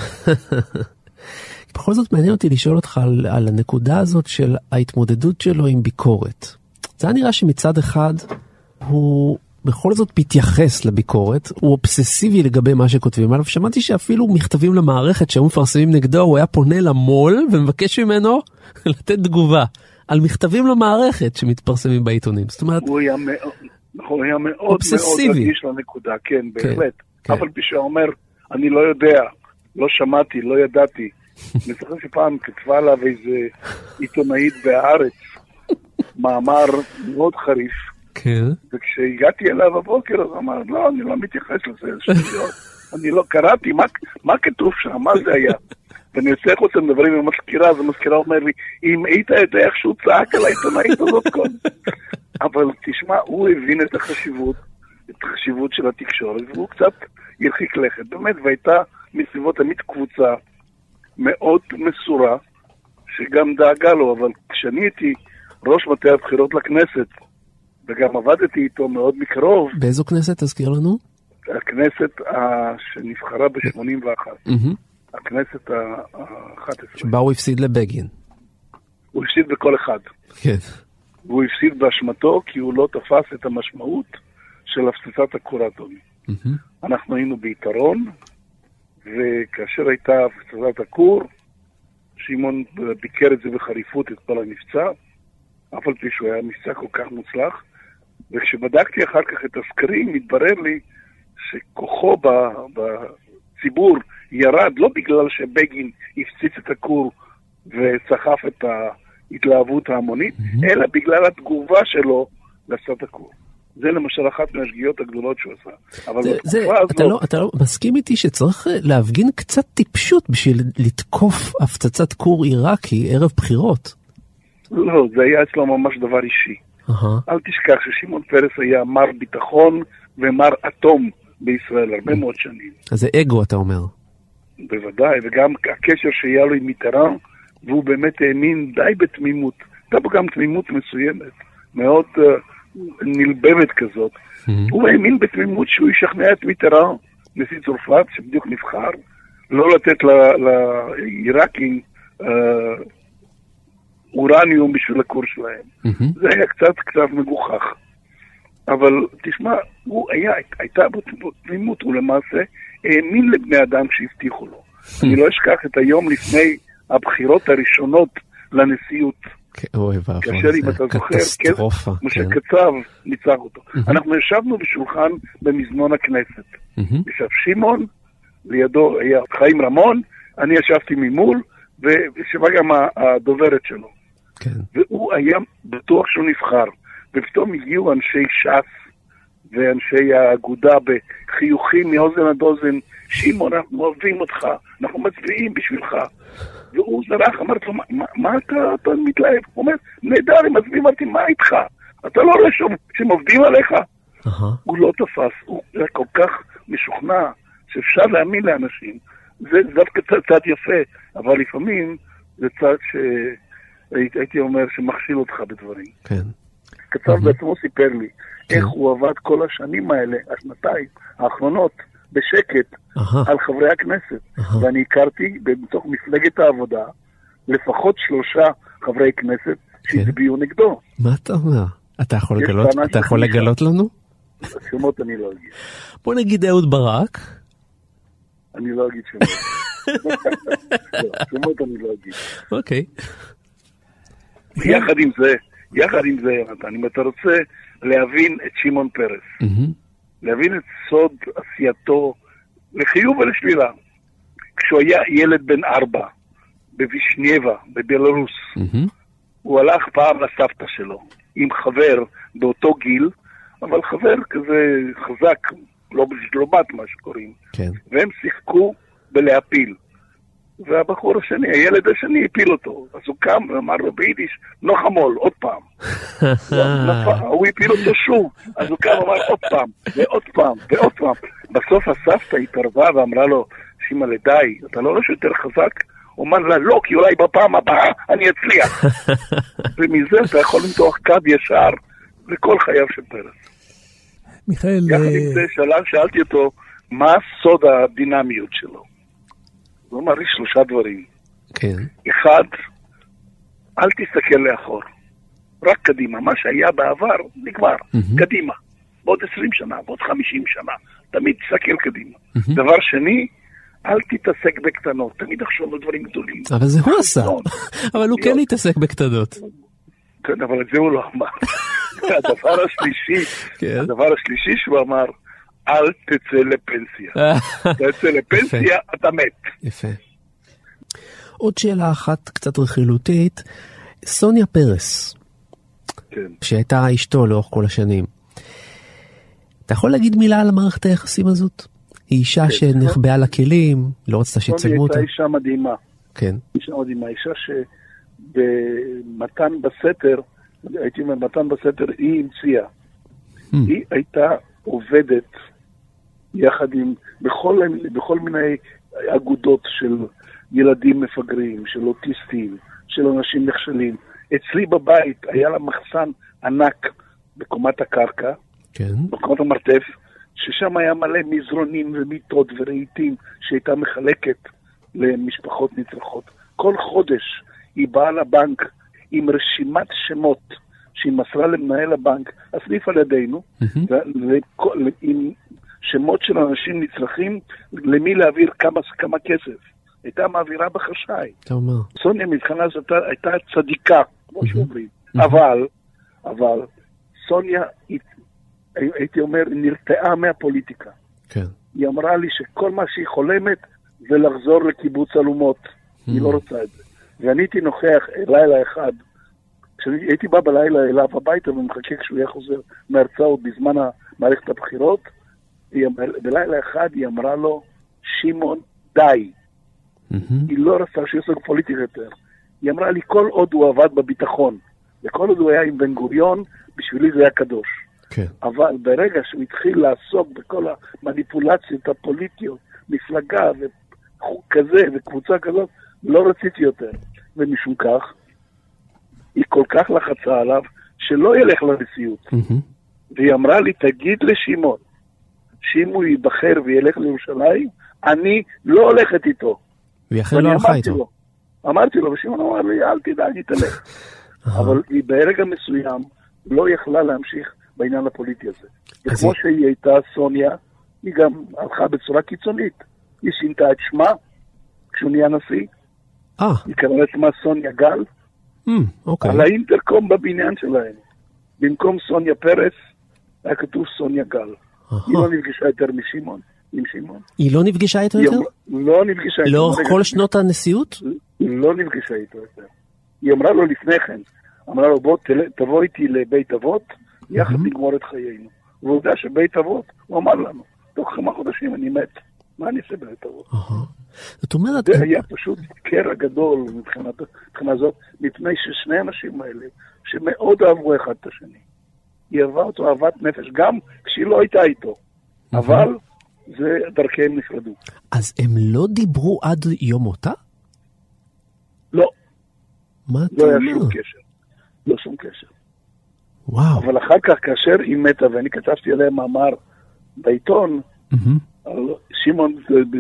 S5: בכל זאת מעניין אותי לשאול אותך על, על הנקודה הזאת של ההתמודדות שלו עם ביקורת. זה היה נראה שמצד אחד הוא בכל זאת מתייחס לביקורת, הוא אובססיבי לגבי מה שכותבים עליו. שמעתי שאפילו מכתבים למערכת שהיו מפרסמים נגדו, הוא היה פונה למול ומבקש ממנו לתת תגובה על מכתבים למערכת שמתפרסמים בעיתונים. זאת אומרת,
S11: הוא היה מאוד, הוא היה מאוד מאוד רגיש לנקודה, כן, בהחלט.
S5: כן.
S11: אבל פי שאומר, אני לא יודע, לא שמעתי, לא ידעתי. אני זוכר שפעם כתבה עליו איזה עיתונאית בהארץ, מאמר מאוד חריף,
S5: כן.
S11: וכשהגעתי אליו בבוקר, אז אמר, לא, אני לא מתייחס לזה, אני לא קראתי, מה, מה כתוב שם, מה זה היה? ואני יוצא חוץ מדברים עם המזכירה, אז המזכירה אומר לי, אם היית יודע איך שהוא צעק על העיתונאית הזאת קודם. אבל תשמע, הוא הבין את החשיבות, את החשיבות של התקשורת, והוא קצת ירחיק לכת. באמת, והייתה מסביבות תמיד קבוצה מאוד מסורה, שגם דאגה לו, אבל כשאני הייתי ראש מטה הבחירות לכנסת, וגם עבדתי איתו מאוד מקרוב.
S5: באיזו כנסת תזכיר לנו?
S11: הכנסת שנבחרה ב-שמונים ואחת. הכנסת ה-אחת עשרה.
S5: שבה הוא הפסיד לבגין.
S11: הוא הפסיד בכל אחד.
S5: כן.
S11: והוא הפסיד באשמתו כי הוא לא תפס את המשמעות של הפצצת הכור האטומי. אנחנו היינו ביתרון, וכאשר הייתה הפצצת הכור, שמעון ביקר את זה בחריפות את כל המבצע, אף על פי שהוא היה מבצע כל כך מוצלח, וכשבדקתי אחר כך את הסקרים, התברר לי שכוחו בציבור ירד, לא בגלל שבגין הפציץ את הכור וסחף את ההתלהבות ההמונית, mm-hmm. אלא בגלל התגובה שלו לעשות הכור. זה למשל אחת מהשגיאות הגדולות שהוא עשה. אבל
S5: זה, זה,
S11: הזאת...
S5: אתה, לא, אתה לא מסכים איתי שצריך להפגין קצת טיפשות בשביל לתקוף הפצצת כור עיראקי ערב בחירות?
S11: לא, זה היה אצלו ממש דבר אישי. Uh-huh. אל תשכח ששמעון פרס היה מר ביטחון ומר אטום בישראל הרבה מאוד שנים.
S5: אז זה אגו, אתה אומר.
S11: בוודאי, וגם הקשר שהיה לו עם מיטרן, והוא באמת האמין די בתמימות. הייתה בו גם תמימות מסוימת, מאוד uh, נלבמת כזאת. Mm-hmm. הוא האמין בתמימות שהוא ישכנע את מיטרן, נשיא צרפת, שבדיוק נבחר, לא לתת לעיראקים uh, אורניום בשביל הכור שלהם. Mm-hmm. זה היה קצת קצת מגוחך. אבל תשמע, הוא היה, הייתה בו תמימות, הוא למעשה האמין לבני אדם שהבטיחו לו. אני לא אשכח את היום לפני הבחירות הראשונות לנשיאות.
S5: אוי ואבוי,
S11: כאשר אם אתה
S5: קטסטרופה.
S11: זוכר, משה קצב ניצח אותו. אנחנו ישבנו בשולחן במזנון הכנסת. ישב שמעון, לידו היה חיים רמון, אני ישבתי ממול, ושבא גם הדוברת שלו. והוא היה בטוח שהוא נבחר. ופתאום הגיעו אנשי ש"ס ואנשי האגודה בחיוכים מאוזן עד אוזן, שמעון, אנחנו אוהבים אותך, אנחנו מצביעים בשבילך. והוא זרח, אמרתי לו, מה, מה אתה, אתה מתלהב? הוא אומר, נהדר, הם מצביעים, אמרתי, מה איתך? אתה לא רואה שהם עובדים עליך? Uh-huh. הוא לא תפס, הוא היה כל כך משוכנע שאפשר להאמין לאנשים. זה דווקא צד יפה, אבל לפעמים זה צד שהייתי אומר שמכשיל אותך בדברים.
S5: כן.
S11: קצב mm-hmm. בעצמו סיפר לי mm-hmm. איך הוא עבד כל השנים האלה, השנתיים האחרונות, בשקט, uh-huh. על חברי הכנסת. Uh-huh. ואני הכרתי בתוך מפלגת העבודה לפחות שלושה חברי כנסת שהצביעו okay. נגדו.
S5: מה אתה אומר? אתה יכול לגלות, אתה יכול לגלות לנו?
S11: שמות אני לא אגיד.
S5: בוא נגיד אהוד ברק.
S11: אני לא אגיד שמות. שמות אני לא אגיד.
S5: אוקיי.
S11: יחד עם זה, יחד עם זה, יונתן, אם אתה רוצה להבין את שמעון פרס, להבין את סוד עשייתו לחיוב ולשלילה, כשהוא היה ילד בן ארבע, בווישניאבה, בבלרוס, הוא הלך פעם לסבתא שלו, עם חבר באותו גיל, אבל חבר כזה חזק, לא בדיפלומט מה שקוראים, והם שיחקו בלהפיל. והבחור השני, הילד השני, הפיל אותו. אז הוא קם ואמר לו ביידיש, לא חמול, עוד פעם. הוא הפיל אותו שוב. אז הוא קם ואמר עוד פעם, ועוד פעם, ועוד פעם. בסוף הסבתא התערבה ואמרה לו, שימאלה, די, אתה לא רואה שיותר חזק? הוא אמר לה, לא, כי אולי בפעם הבאה אני אצליח. ומזה אתה יכול למתוח קו ישר לכל חייו של פרס.
S7: מיכאל...
S11: יחד עם זה שאלתי אותו, מה סוד הדינמיות שלו? הוא אמר לי שלושה דברים.
S5: כן.
S11: אחד, אל תסתכל לאחור. רק קדימה. מה שהיה בעבר נגמר, קדימה. בעוד עשרים שנה, בעוד חמישים שנה. תמיד תסתכל קדימה. דבר שני, אל תתעסק בקטנות, תמיד תחשוב על דברים גדולים.
S5: אבל זה הוא עשה. אבל הוא כן התעסק בקטנות.
S11: כן, אבל את זה הוא לא אמר. הדבר השלישי, הדבר השלישי שהוא אמר, אל תצא לפנסיה. תצא לפנסיה, אתה מת.
S5: יפה. עוד שאלה אחת קצת רכילותית, סוניה פרס, שהייתה אשתו לאורך כל השנים. אתה יכול להגיד מילה על המערכת היחסים הזאת? היא אישה שנחבאה לכלים, לא רצתה שיצלמו אותה.
S11: סוניה הייתה אישה מדהימה.
S5: כן.
S11: אישה מדהימה, אישה שבמתן בסתר, הייתי אומר, מתן בסתר היא המציאה. היא הייתה עובדת יחד עם, בכל, בכל מיני אגודות של ילדים מפגרים, של אוטיסטים, של אנשים נכשלים. אצלי בבית היה לה מחסן ענק בקומת הקרקע,
S5: כן.
S11: בקומת המרתף, ששם היה מלא מזרונים ומיטות ורהיטים שהייתה מחלקת למשפחות נצרכות. כל חודש היא באה לבנק עם רשימת שמות שהיא מסרה למנהל הבנק, הסניף על ידינו, mm-hmm. עם שמות של אנשים נצרכים, למי להעביר כמה, כמה כסף. הייתה מעבירה בחשאי. סוניה מבחינה הזאת הייתה צדיקה, כמו mm-hmm. שאומרים. Mm-hmm. אבל, אבל, סוניה, הייתי אומר, נרתעה מהפוליטיקה.
S5: כן.
S11: היא אמרה לי שכל מה שהיא חולמת זה לחזור לקיבוץ אלומות. Mm-hmm. היא לא רוצה את זה. ואני הייתי נוכח לילה אחד, כשהייתי בא בלילה אליו הביתה ומחכה כשהוא היה חוזר מהרצאות בזמן מערכת הבחירות, בלילה אחד היא אמרה לו, שמעון, די. Mm-hmm. היא לא רצתה שיעסוק פוליטיקה יותר. היא אמרה לי, כל עוד הוא עבד בביטחון, וכל עוד הוא היה עם בן גוריון, בשבילי זה היה קדוש.
S5: כן.
S11: אבל ברגע שהוא התחיל לעסוק בכל המניפולציות הפוליטיות, מפלגה וחוק כזה וקבוצה כזאת, לא רציתי יותר. ומשום כך, היא כל כך לחצה עליו, שלא ילך לנשיאות. Mm-hmm. והיא אמרה לי, תגיד לשמעון, שאם הוא ייבחר וילך לירושלים, אני לא הולכת איתו.
S5: ויחל לא הלכה איתו.
S11: לו, אמרתי לו, ושמעון אמר לי, אל תדאג, היא תלך. אבל היא ברגע מסוים לא יכלה להמשיך בעניין הפוליטי הזה. וכמו היא... שהיא הייתה סוניה, היא גם הלכה בצורה קיצונית. היא שינתה את שמה, כשהוא נהיה נשיא.
S5: אה.
S11: היא קראה את שמה סוניה גל.
S5: Mm, okay.
S11: על האינטרקום בבניין שלהם. במקום סוניה פרס, היה כתוב סוניה גל. Uh-huh. היא לא נפגשה יותר משמעון, עם שמעון.
S5: היא לא נפגשה איתו יותר?
S11: לא נפגשה איתו.
S5: לאורך כל שנות הנשיאות?
S11: לא נפגשה איתו יותר. היא אמרה לו לפני כן, אמרה לו, בוא תבוא איתי לבית אבות, יחד נגמור את חיינו. והוא יודע שבית אבות, הוא אמר לנו, תוך כמה חודשים אני מת. מה אני אעשה בית אבות?
S5: זאת אומרת...
S11: זה היה פשוט קרע גדול מבחינה זאת, מפני ששני אנשים האלה, שמאוד אהבו אחד את השני. היא אהבה אותו אהבת נפש, גם כשהיא לא הייתה איתו. אבל זה דרכיהם נפרדו.
S5: אז הם לא דיברו עד יום מותה?
S11: לא.
S5: מה אתה
S11: אומר?
S5: לא
S11: היה שום קשר. לא שום קשר.
S5: וואו.
S11: אבל אחר כך, כאשר היא מתה, ואני כתבתי עליה מאמר בעיתון, שמעון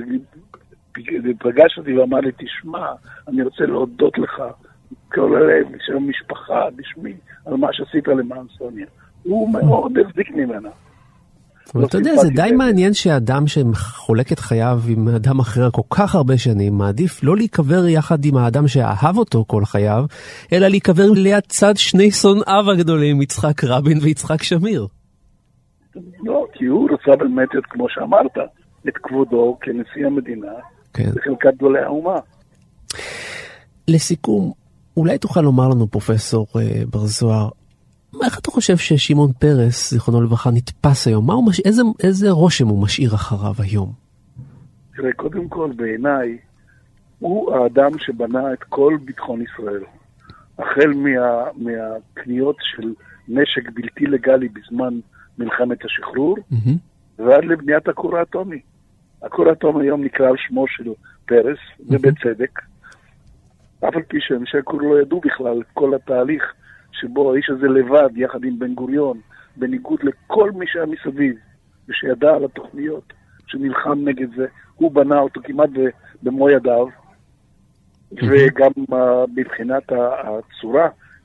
S11: פגש אותי ואמר לי, תשמע, אני רוצה להודות לך, כל הלב, בשם המשפחה, בשמי, על מה שעשית למען סוניה. הוא מאוד החזיק ממנה.
S5: אבל אתה יודע, זה די מעניין שאדם שחולק את חייו עם אדם אחר כל כך הרבה שנים, מעדיף לא להיקבר יחד עם האדם שאהב אותו כל חייו, אלא להיקבר ליד צד שני שונאיו הגדולים, יצחק רבין ויצחק שמיר.
S11: לא, כי הוא רצה באמת, כמו שאמרת, את כבודו כנשיא המדינה, בחלקת גדולי האומה.
S5: לסיכום, אולי תוכל לומר לנו, פרופסור בר זוהר, איך אתה חושב ששמעון פרס, זיכרונו לברכה, נתפס היום? מה הוא מש... איזה, איזה רושם הוא משאיר אחריו היום?
S11: תראה, קודם כל, בעיניי, הוא האדם שבנה את כל ביטחון ישראל. החל מה, מהקניות של נשק בלתי לגלי בזמן מלחמת השחרור, mm-hmm. ועד לבניית הכור האטומי. הכור האטומי היום נקרא על שמו של פרס, mm-hmm. ובצדק. אף על פי שאנשי הכור לא ידעו בכלל כל התהליך שבו האיש הזה לבד, יחד עם בן גוריון, בניגוד לכל מי שהיה מסביב, ושידע על התוכניות, שנלחם נגד זה, הוא בנה אותו כמעט במו ידיו, וגם מבחינת הצורה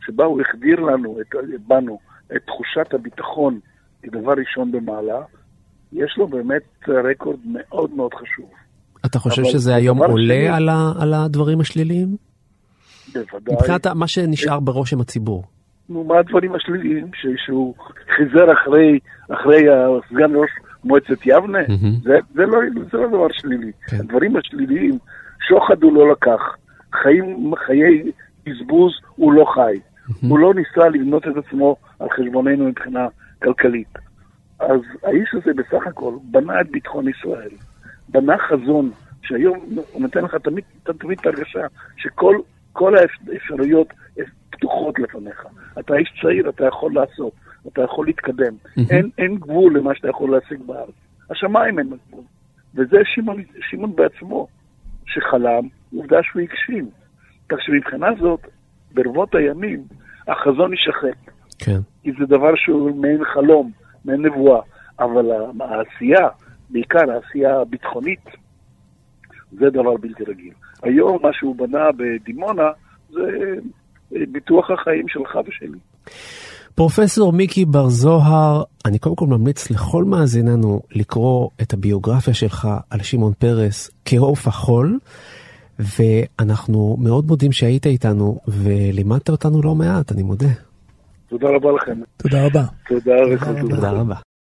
S11: שבה הוא החדיר לנו, את, בנו, את תחושת הביטחון כדבר ראשון במעלה, יש לו באמת רקורד מאוד מאוד חשוב.
S5: אתה חושב שזה היום עולה על, ה, על הדברים השליליים?
S11: בוודאי.
S5: מבחינת מה שנשאר ברושם הציבור.
S11: נו, מה הדברים השליליים? ש, שהוא חיזר אחרי, אחרי סגן ראש מועצת יבנה? Mm-hmm. זה, זה, לא, זה לא דבר שלילי. כן. הדברים השליליים, שוחד הוא לא לקח, חיים, חיי בזבוז הוא לא חי. Mm-hmm. הוא לא ניסה לבנות את עצמו על חשבוננו מבחינה כלכלית. אז האיש הזה בסך הכל בנה את ביטחון ישראל. בנה חזון, שהיום הוא נותן לך תמיד, תמיד תרגשה, שכל כל האפשרויות פתוחות לפניך. אתה איש צעיר, אתה יכול לעשות, אתה יכול להתקדם. Mm-hmm. אין, אין גבול למה שאתה יכול להשיג בארץ. השמיים אין גבול. וזה שמעון, שמעון בעצמו, שחלם, עובדה שהוא הגשים. כך שמבחינה זאת, ברבות הימים, החזון יישחק.
S5: כן.
S11: כי זה דבר שהוא מעין חלום, מעין נבואה. אבל העשייה, בעיקר העשייה הביטחונית, זה דבר בלתי רגיל. היום מה שהוא בנה בדימונה, זה ביטוח החיים שלך ושלי.
S5: פרופסור מיקי בר זוהר, אני קודם כל ממליץ לכל מאזיננו לקרוא את הביוגרפיה שלך על שמעון פרס כעוף החול, ואנחנו מאוד מודים שהיית איתנו ולימדת אותנו לא מעט, אני מודה.
S11: תודה רבה לכם.
S7: תודה רבה.
S11: תודה רבה.
S5: תודה רבה.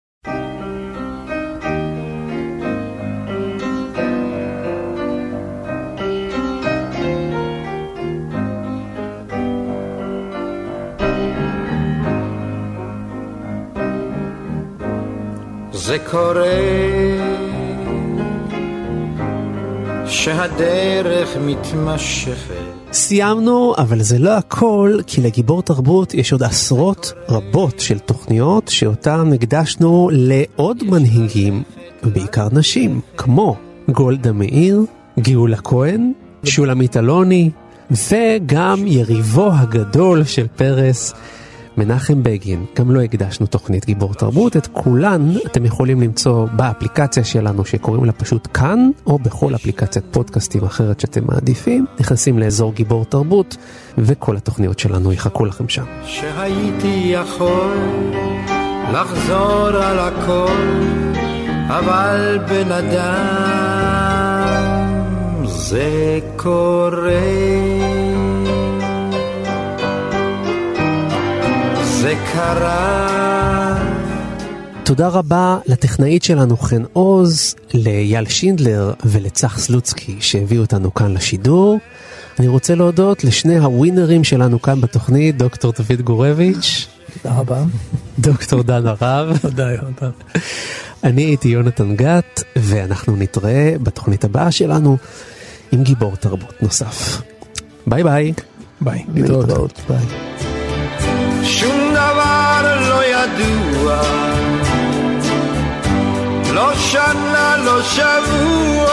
S12: זה קורה שהדרך מתמשכת.
S5: סיימנו, אבל זה לא הכל, כי לגיבור תרבות יש עוד עשרות רבות של תוכניות שאותן הקדשנו לעוד מנהיגים, ובעיקר נשים, כמו גולדה מאיר, גאולה כהן, שולמית אלוני, וגם יריבו הגדול של פרס, מנחם בגין. גם לא הקדשנו תוכנית גיבור תרבות. את כולן אתם יכולים למצוא באפליקציה שלנו שקוראים לה פשוט כאן, או בכל אפליקציית פודקאסטים אחרת שאתם מעדיפים. נכנסים לאזור גיבור תרבות, וכל התוכניות שלנו יחכו לכם שם.
S12: שהייתי יכול לחזור על הכל, אבל בן אדם זה קורה. זה קרה.
S5: תודה רבה לטכנאית שלנו חן עוז, לאייל שינדלר ולצח סלוצקי שהביאו אותנו כאן לשידור. אני רוצה להודות לשני הווינרים שלנו כאן בתוכנית, דוקטור דוד גורביץ'.
S7: תודה רבה.
S5: דוקטור דן הרב.
S7: תודה יונתן.
S5: אני הייתי יונתן גת, ואנחנו נתראה בתוכנית הבאה שלנו עם גיבור תרבות נוסף. ביי ביי.
S7: ביי. להתראות.
S5: ביי.
S12: שום דבר לא ידוע, לא שנה, לא שבוע,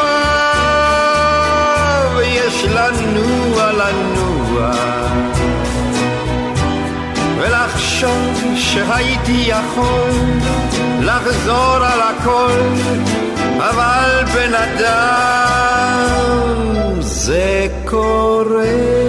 S12: ויש לנוע, לנוע, ולחשוב שהייתי יכול לחזור על הכל, אבל בן אדם זה קורה.